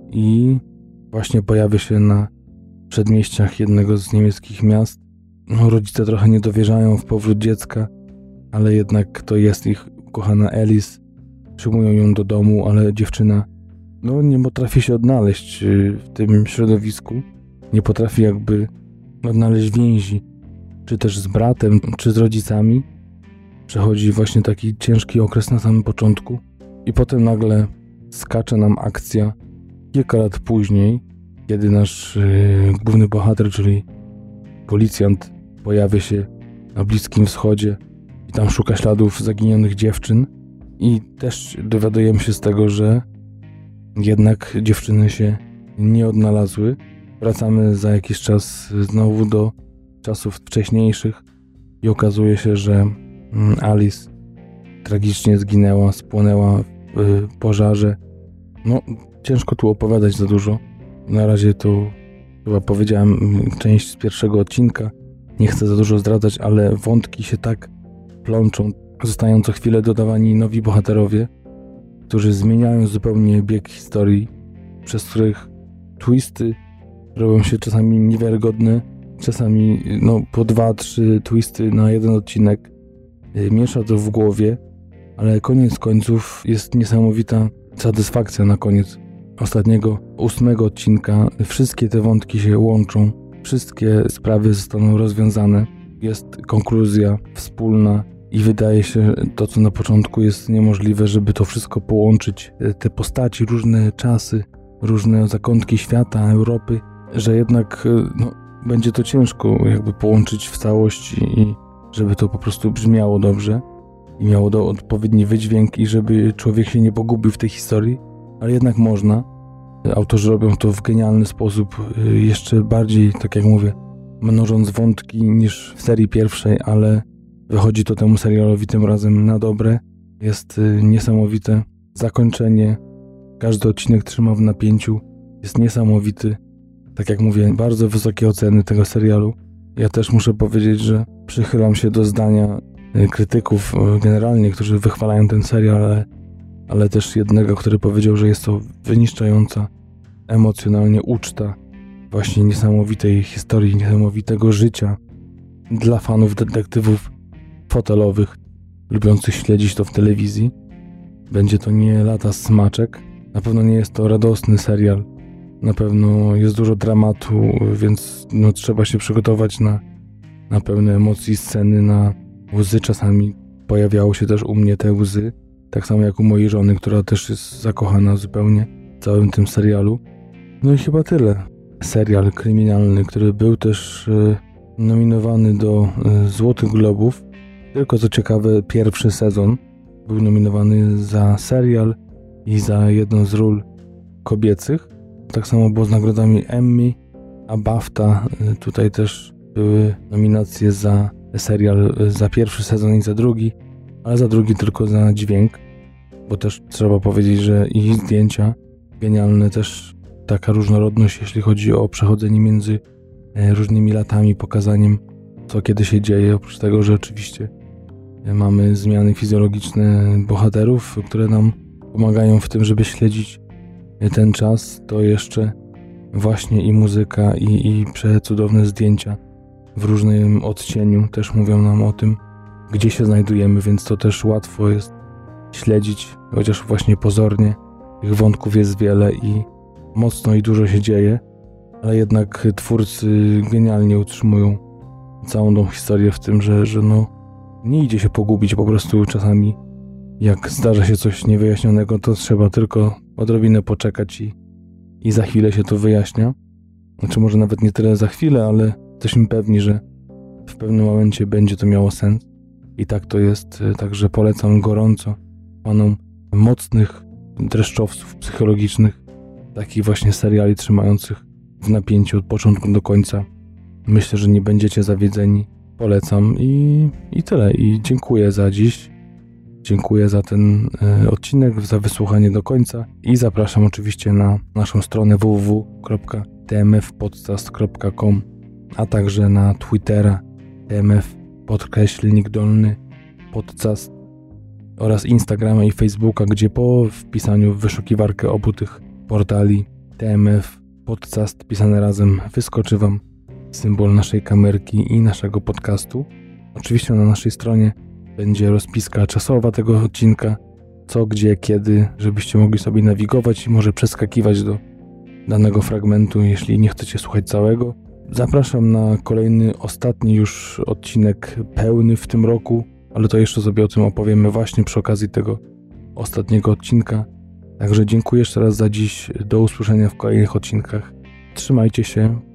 i właśnie pojawia się na przedmieściach jednego z niemieckich miast. No, rodzice trochę nie dowierzają w powrót dziecka, ale jednak to jest ich ukochana Alice. Przyjmują ją do domu, ale dziewczyna no, nie potrafi się odnaleźć w tym środowisku. Nie potrafi jakby odnaleźć więzi, czy też z bratem, czy z rodzicami. Przechodzi właśnie taki ciężki okres na samym początku i potem nagle skacze nam akcja kilka lat później, kiedy nasz yy, główny bohater, czyli policjant, pojawia się na Bliskim Wschodzie i tam szuka śladów zaginionych dziewczyn i też dowiadujemy się z tego, że jednak dziewczyny się nie odnalazły. Wracamy za jakiś czas znowu do czasów wcześniejszych i okazuje się, że Alice tragicznie zginęła, spłonęła w pożarze. No, ciężko tu opowiadać za dużo. Na razie to chyba powiedziałem część z pierwszego odcinka. Nie chcę za dużo zdradzać, ale wątki się tak plączą. Zostają co chwilę dodawani nowi bohaterowie, którzy zmieniają zupełnie bieg historii, przez których twisty robią się czasami niewiarygodne, czasami no, po dwa, trzy twisty na jeden odcinek. Miesza to w głowie, ale koniec końców jest niesamowita satysfakcja na koniec ostatniego, ósmego odcinka. Wszystkie te wątki się łączą, wszystkie sprawy zostaną rozwiązane. Jest konkluzja wspólna i wydaje się to, co na początku jest niemożliwe, żeby to wszystko połączyć, te postaci, różne czasy, różne zakątki świata, Europy, że jednak no, będzie to ciężko jakby połączyć w całość i żeby to po prostu brzmiało dobrze i miało do odpowiedni wydźwięk i żeby człowiek się nie pogubił w tej historii, ale jednak można. Autorzy robią to w genialny sposób, jeszcze bardziej, tak jak mówię, mnożąc wątki niż w serii pierwszej, ale wychodzi to temu serialowi tym razem na dobre. Jest niesamowite zakończenie, każdy odcinek trzyma w napięciu, jest niesamowity. Tak jak mówię, bardzo wysokie oceny tego serialu. Ja też muszę powiedzieć, że przychylam się do zdania krytyków generalnie, którzy wychwalają ten serial, ale, ale też jednego, który powiedział, że jest to wyniszczająca emocjonalnie uczta właśnie niesamowitej historii, niesamowitego życia dla fanów detektywów fotelowych, lubiących śledzić to w telewizji. Będzie to nie lata smaczek, na pewno nie jest to radosny serial, na pewno jest dużo dramatu, więc no, trzeba się przygotować na, na pełne emocji sceny, na łzy. Czasami pojawiały się też u mnie te łzy, tak samo jak u mojej żony, która też jest zakochana zupełnie w całym tym serialu. No i chyba tyle. Serial kryminalny, który był też y, nominowany do y, Złotych Globów Tylko co ciekawe, pierwszy sezon był nominowany za serial i za jedną z ról kobiecych. Tak samo było z nagrodami Emmy, a BAFTA. Tutaj też były nominacje za serial za pierwszy sezon i za drugi, ale za drugi tylko za dźwięk, bo też trzeba powiedzieć, że i zdjęcia genialne, też taka różnorodność, jeśli chodzi o przechodzenie między różnymi latami, pokazaniem co kiedy się dzieje, oprócz tego, że oczywiście mamy zmiany fizjologiczne bohaterów, które nam pomagają w tym, żeby śledzić ten czas, to jeszcze właśnie i muzyka, i, i przecudowne zdjęcia w różnym odcieniu też mówią nam o tym, gdzie się znajdujemy, więc to też łatwo jest śledzić, chociaż właśnie pozornie tych wątków jest wiele i mocno i dużo się dzieje, ale jednak twórcy genialnie utrzymują całą tą historię w tym, że, że no nie idzie się pogubić, po prostu czasami jak zdarza się coś niewyjaśnionego, to trzeba tylko odrobinę poczekać i, i za chwilę się to wyjaśnia. Znaczy może nawet nie tyle za chwilę, ale jesteśmy pewni, że w pewnym momencie będzie to miało sens. I tak to jest, także polecam gorąco panom mocnych dreszczowców psychologicznych, takich właśnie seriali trzymających w napięciu od początku do końca. Myślę, że nie będziecie zawiedzeni. Polecam i, i tyle. I dziękuję za dziś. Dziękuję za ten y, odcinek, za wysłuchanie do końca i zapraszam oczywiście na naszą stronę w w w kropka t m f podcast kropka com, a także na Twittera tmf podkreślnik dolny podcast oraz Instagrama i Facebooka, gdzie po wpisaniu w wyszukiwarkę obu tych portali T M F podcast pisane razem wyskoczy wam symbol naszej kamerki i naszego podcastu. Oczywiście na naszej stronie będzie rozpiska czasowa tego odcinka, co, gdzie, kiedy, żebyście mogli sobie nawigować i może przeskakiwać do danego fragmentu, jeśli nie chcecie słuchać całego. Zapraszam na kolejny, ostatni już odcinek pełny w tym roku, ale to jeszcze sobie o tym opowiemy właśnie przy okazji tego ostatniego odcinka. Także dziękuję jeszcze raz za dziś, do usłyszenia w kolejnych odcinkach. Trzymajcie się.